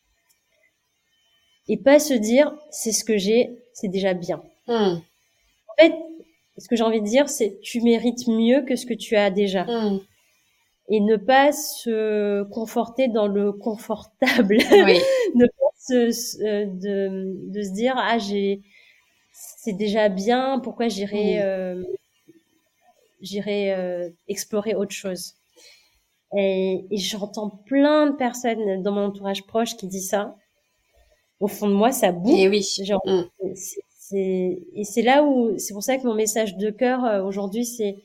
Speaker 1: et pas se dire c'est ce que j'ai, c'est déjà bien.
Speaker 2: Mmh.
Speaker 1: En fait, ce que j'ai envie de dire, c'est tu mérites mieux que ce que tu as déjà.
Speaker 2: Mmh.
Speaker 1: Et ne pas se conforter dans le confortable.
Speaker 2: Oui.
Speaker 1: Ne pas se, se- de, de se dire ah j'ai c'est déjà bien, pourquoi j'irai
Speaker 2: Mmh.
Speaker 1: euh, j'irai euh, explorer autre chose. Et, et j'entends plein de personnes dans mon entourage proche qui disent ça. Au fond de moi, ça boue.
Speaker 2: Et oui.
Speaker 1: Genre,
Speaker 2: Mmh.
Speaker 1: c'est, c'est, et c'est là où, c'est pour ça que mon message de cœur euh, aujourd'hui, c'est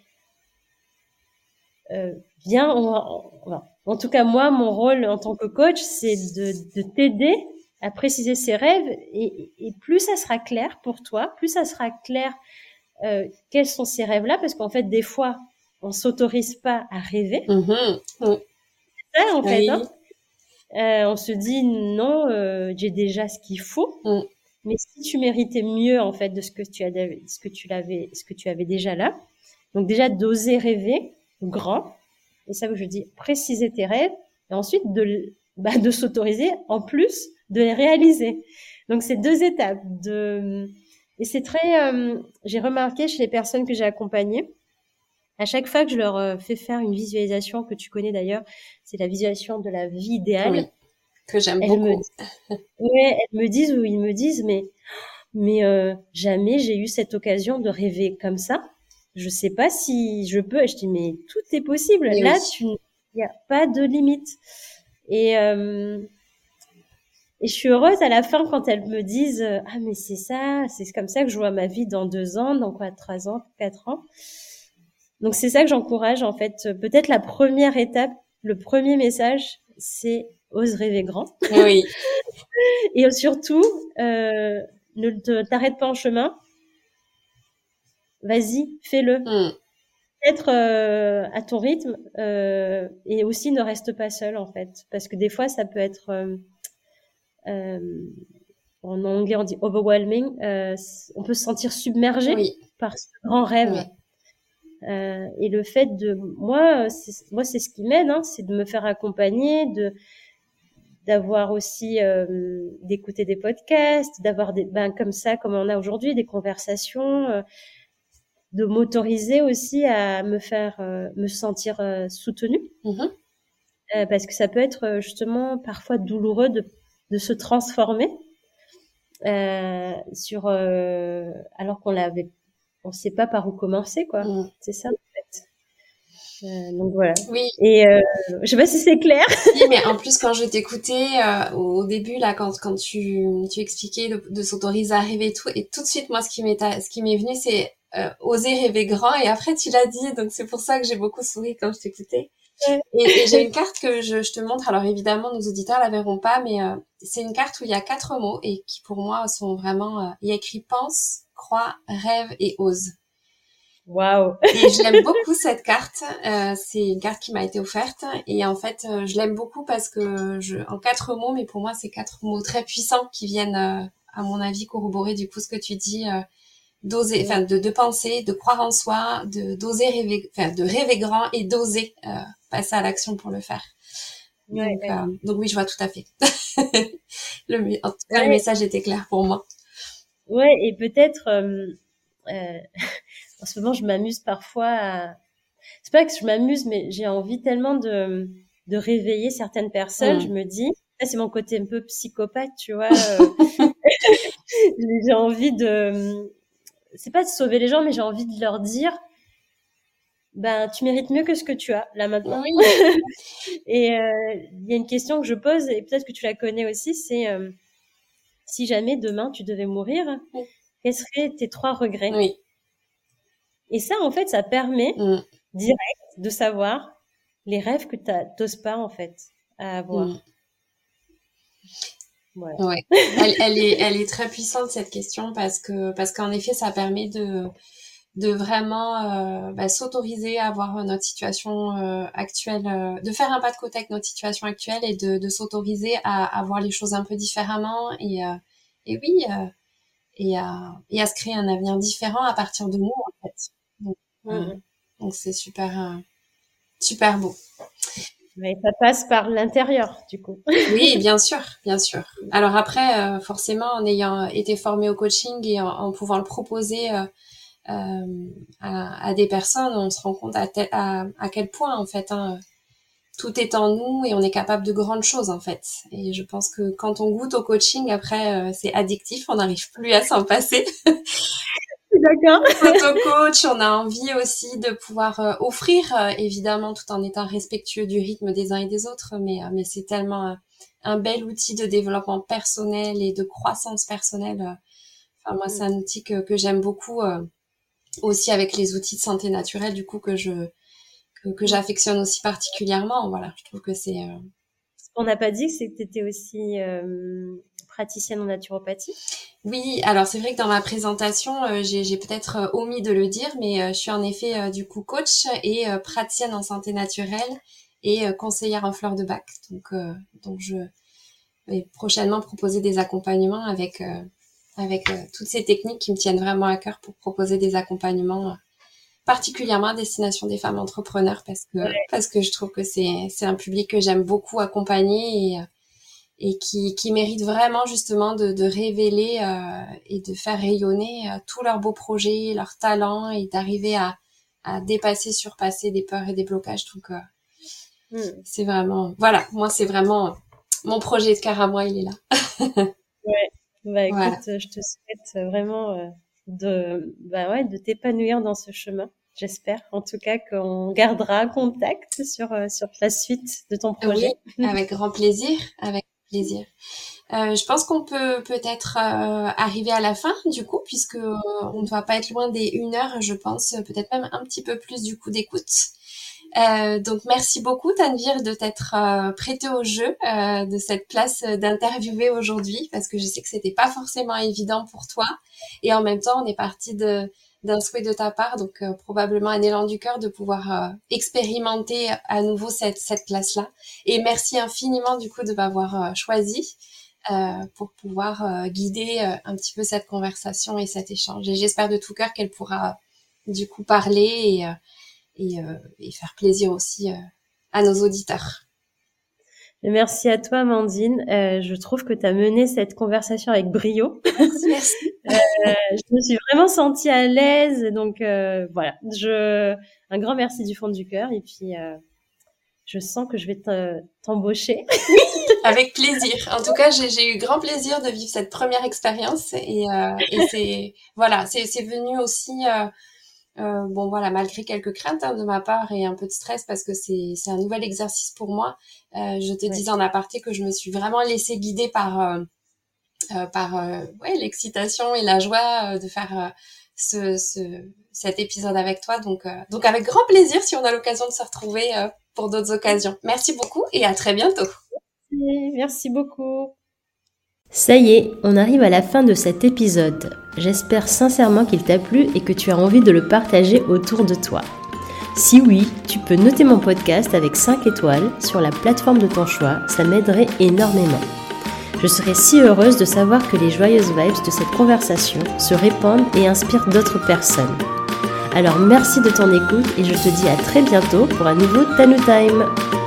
Speaker 1: euh, viens, on va, on va- en tout cas moi, mon rôle en tant que coach, c'est de, de t'aider à préciser ses rêves et, et plus ça sera clair pour toi, plus ça sera clair euh, quels sont ces rêves-là, parce qu'en fait, des fois, on s'autorise pas à rêver.
Speaker 2: Mmh. Mmh.
Speaker 1: C'est ça, en fait,
Speaker 2: Oui.
Speaker 1: hein. Euh, on se dit non, euh, j'ai déjà ce qu'il faut.
Speaker 2: Mmh.
Speaker 1: Mais si tu méritais mieux en fait de ce que tu as, ce que tu l'avais, ce que tu avais déjà là, donc déjà d'oser rêver grand, et ça que je dis, préciser tes rêves, et ensuite de, bah, de s'autoriser en plus de les réaliser. Donc c'est deux étapes. De, et c'est très, euh, j'ai remarqué chez les personnes que j'ai accompagnées, à chaque fois que je leur euh, fais faire une visualisation que tu connais d'ailleurs, c'est la visualisation de la vie idéale.
Speaker 2: Oui. Que j'aime
Speaker 1: Elles me,
Speaker 2: beaucoup.
Speaker 1: ouais, elles me disent ou ils me disent, mais mais euh, jamais j'ai eu cette occasion de rêver comme ça. Je sais pas si je peux. Et je dis mais tout est possible.
Speaker 2: Et
Speaker 1: Là,
Speaker 2: oui.
Speaker 1: tu, il y a pas de limite. Et euh, et je suis heureuse à la fin quand elles me disent euh, ah mais c'est ça, c'est comme ça que je vois ma vie dans deux ans, dans quoi, trois ans, quatre ans. Donc c'est ça que j'encourage en fait. Peut-être la première étape, le premier message, c'est ose rêver grand.
Speaker 2: Oui.
Speaker 1: Et surtout, euh, ne te- t'arrête pas en chemin. Vas-y, fais-le.
Speaker 2: Mmh.
Speaker 1: Être euh, à ton rythme euh, et aussi ne reste pas seul en fait, parce que des fois ça peut être euh, euh, en anglais on dit overwhelming. Euh, on peut se sentir submergé
Speaker 2: Oui.
Speaker 1: par ce grand rêve.
Speaker 2: Oui.
Speaker 1: Euh, et le fait de moi, c'est, moi c'est ce qui m'aide, hein, c'est de me faire accompagner, de d'avoir aussi euh, d'écouter des podcasts, d'avoir des ben comme ça comme on a aujourd'hui des conversations, euh, de m'autoriser aussi à me faire euh, me sentir euh, soutenue
Speaker 2: Mmh.
Speaker 1: euh, parce que ça peut être euh, justement parfois douloureux de de se transformer euh, sur euh, alors qu'on l'avait on sait pas par où commencer quoi.
Speaker 2: Mmh.
Speaker 1: C'est ça en fait. Euh, donc voilà.
Speaker 2: Oui.
Speaker 1: Et euh, je sais pas si c'est clair.
Speaker 2: Oui, mais en plus, quand je t'écoutais euh, au début, là, quand, quand tu, tu expliquais de, de s'autoriser à rêver et tout, et tout de suite, moi, ce qui m'est, ce qui m'est venu, c'est euh, oser rêver grand, et après, tu l'as dit, donc c'est pour ça que j'ai beaucoup souri quand je t'écoutais. Et, et j'ai une carte que je, je te montre, alors évidemment, nos auditeurs la verront pas, mais euh, c'est une carte où il y a quatre mots, et qui, pour moi, sont vraiment... Euh, il y a écrit « pense, crois, rêve et ose ».
Speaker 1: Waouh.
Speaker 2: Et je l'aime beaucoup cette carte. Euh, c'est une carte qui m'a été offerte et en fait, euh, je l'aime beaucoup parce que je, en quatre mots, mais pour moi, c'est quatre mots très puissants qui viennent, euh, à mon avis, corroborer du coup ce que tu dis, euh, d'oser, enfin, de, de penser, de croire en soi, de d'oser rêver, enfin, de rêver grand et d'oser euh, passer à l'action pour le faire.
Speaker 1: Ouais,
Speaker 2: Donc,
Speaker 1: ouais.
Speaker 2: euh, donc oui, je vois tout à fait. le, en tout cas, le
Speaker 1: Ouais,
Speaker 2: message était clair pour moi.
Speaker 1: ouais, et peut-être, euh, euh, en ce moment, je m'amuse parfois à... C'est pas que je m'amuse, mais j'ai envie tellement de, de réveiller certaines personnes. Je
Speaker 2: Mm.
Speaker 1: me dis, ça c'est mon côté un peu psychopathe, tu vois. euh, j'ai envie de, c'est pas de sauver les gens, mais j'ai envie de leur dire, ben, tu mérites mieux que ce que tu as là maintenant.
Speaker 2: Oui.
Speaker 1: Et euh, il y a une question que je pose, et peut-être que tu la connais aussi, c'est euh, si jamais demain tu devais mourir, quels seraient tes trois regrets?
Speaker 2: Oui.
Speaker 1: Et ça, en fait, ça permet
Speaker 2: Mm.
Speaker 1: direct de savoir les rêves que tu n'oses pas, en fait, à
Speaker 2: Mm.
Speaker 1: avoir. Voilà.
Speaker 2: Ouais, elle, elle est, elle est très puissante cette question parce que parce qu'en effet, ça permet de de vraiment euh, bah, s'autoriser à voir notre situation euh, actuelle, euh, de faire un pas de côté avec notre situation actuelle et de, de s'autoriser à, à voir les choses un peu différemment et euh, et oui euh, et à et à se créer un avenir différent à partir de nous en fait. Donc euh,
Speaker 1: Mm,
Speaker 2: donc c'est super euh, super beau.
Speaker 1: mais ça passe par l'intérieur, du coup.
Speaker 2: Oui, bien sûr, bien sûr. Alors après, euh, forcément, en ayant été formée au coaching et en, en pouvant le proposer euh, euh, à, à des personnes, on se rend compte à, tel- à, à quel point, en fait, hein, tout est en nous et on est capable de grandes choses, en fait. Et je pense que quand on goûte au coaching, après, euh, c'est addictif, on n'arrive plus à s'en passer.
Speaker 1: D'accord.
Speaker 2: Auto-coach, on a envie aussi de pouvoir euh, offrir, euh, évidemment, tout en étant respectueux du rythme des uns et des autres, mais, euh, mais c'est tellement un, un bel outil de développement personnel et de croissance personnelle. euh. Enfin, moi, c'est un outil que, que j'aime beaucoup, euh, aussi avec les outils de santé naturelle, du coup, que je que, que j'affectionne aussi particulièrement. Voilà, je trouve que c'est... euh,
Speaker 1: Ce qu'on n'a pas dit, c'est que tu étais aussi euh, praticienne en naturopathie.
Speaker 2: Oui, alors c'est vrai que dans ma présentation, euh, j'ai, j'ai peut-être euh, omis de le dire, mais euh, je suis en effet euh, du coup coach et euh, praticienne en santé naturelle et euh, conseillère en fleurs de bac. Donc, euh, donc je vais prochainement proposer des accompagnements avec euh, avec euh, toutes ces techniques qui me tiennent vraiment à cœur pour proposer des accompagnements euh, particulièrement à destination des femmes entrepreneurs parce que
Speaker 1: Ouais.
Speaker 2: parce que je trouve que c'est c'est un public que j'aime beaucoup accompagner et euh, et qui, qui méritent vraiment justement de, de révéler euh, et de faire rayonner euh, tous leurs beaux projets, leurs talents et d'arriver à, à dépasser, surpasser des peurs et des blocages. Donc euh,
Speaker 1: Mm.
Speaker 2: c'est vraiment, voilà, moi c'est vraiment mon projet de cœur à moi, il est là.
Speaker 1: Ouais. Bah écoute,
Speaker 2: Voilà.
Speaker 1: je te souhaite vraiment euh, de, bah ouais, de t'épanouir dans ce chemin. J'espère, en tout cas, qu'on gardera contact sur euh, sur la suite de ton
Speaker 2: Oui,
Speaker 1: projet.
Speaker 2: avec grand plaisir, avec plaisir. Euh, je pense qu'on peut peut-être euh, arriver à la fin du coup, puisque euh, on ne va pas être loin des une heure, je pense, peut-être même un petit peu plus du coup d'écoute. Euh, donc merci beaucoup Tanvir de t'être euh, prêté au jeu euh, de cette place d'interviewer aujourd'hui parce que je sais que c'était pas forcément évident pour toi et en même temps on est parti de d'un souhait de ta part donc euh, probablement un élan du cœur de pouvoir euh, expérimenter à nouveau cette cette place là et merci infiniment du coup de m'avoir euh, choisi euh, pour pouvoir euh, guider euh, un petit peu cette conversation et cet échange et j'espère de tout cœur qu'elle pourra du coup parler et euh, et, euh, et faire plaisir aussi euh, à nos auditeurs.
Speaker 1: Merci à toi, Amandine. Euh, je trouve que tu as mené cette conversation avec brio.
Speaker 2: Merci, merci.
Speaker 1: Euh, je me suis vraiment sentie à l'aise. Donc euh, voilà, je un grand merci du fond du cœur. Et puis euh, je sens que je vais te- t'embaucher.
Speaker 2: Avec plaisir. En tout cas, j'ai, j'ai eu grand plaisir de vivre cette première expérience et, euh, et c'est voilà, c'est, c'est venu aussi euh, euh, bon voilà, malgré quelques craintes hein, de ma part et un peu de stress parce que c'est c'est un nouvel exercice pour moi. Euh, je te
Speaker 1: Ouais.
Speaker 2: disais en aparté que je me suis vraiment laissée guider par euh, euh, par euh, ouais l'excitation et la joie euh, de faire euh, ce, ce cet épisode avec toi. Donc euh, donc avec grand plaisir si on a l'occasion de se retrouver euh, pour d'autres occasions. Merci beaucoup et à très bientôt.
Speaker 1: Merci beaucoup. Ça y est, on arrive à la fin de cet épisode. J'espère sincèrement qu'il t'a plu et que tu as envie de le partager autour de toi. Si oui, tu peux noter mon podcast avec cinq étoiles sur la plateforme de ton choix, ça m'aiderait énormément. Je serais si heureuse de savoir que les joyeuses vibes de cette conversation se répandent et inspirent d'autres personnes. Alors merci de ton écoute et je te dis à très bientôt pour un nouveau Tanu Time.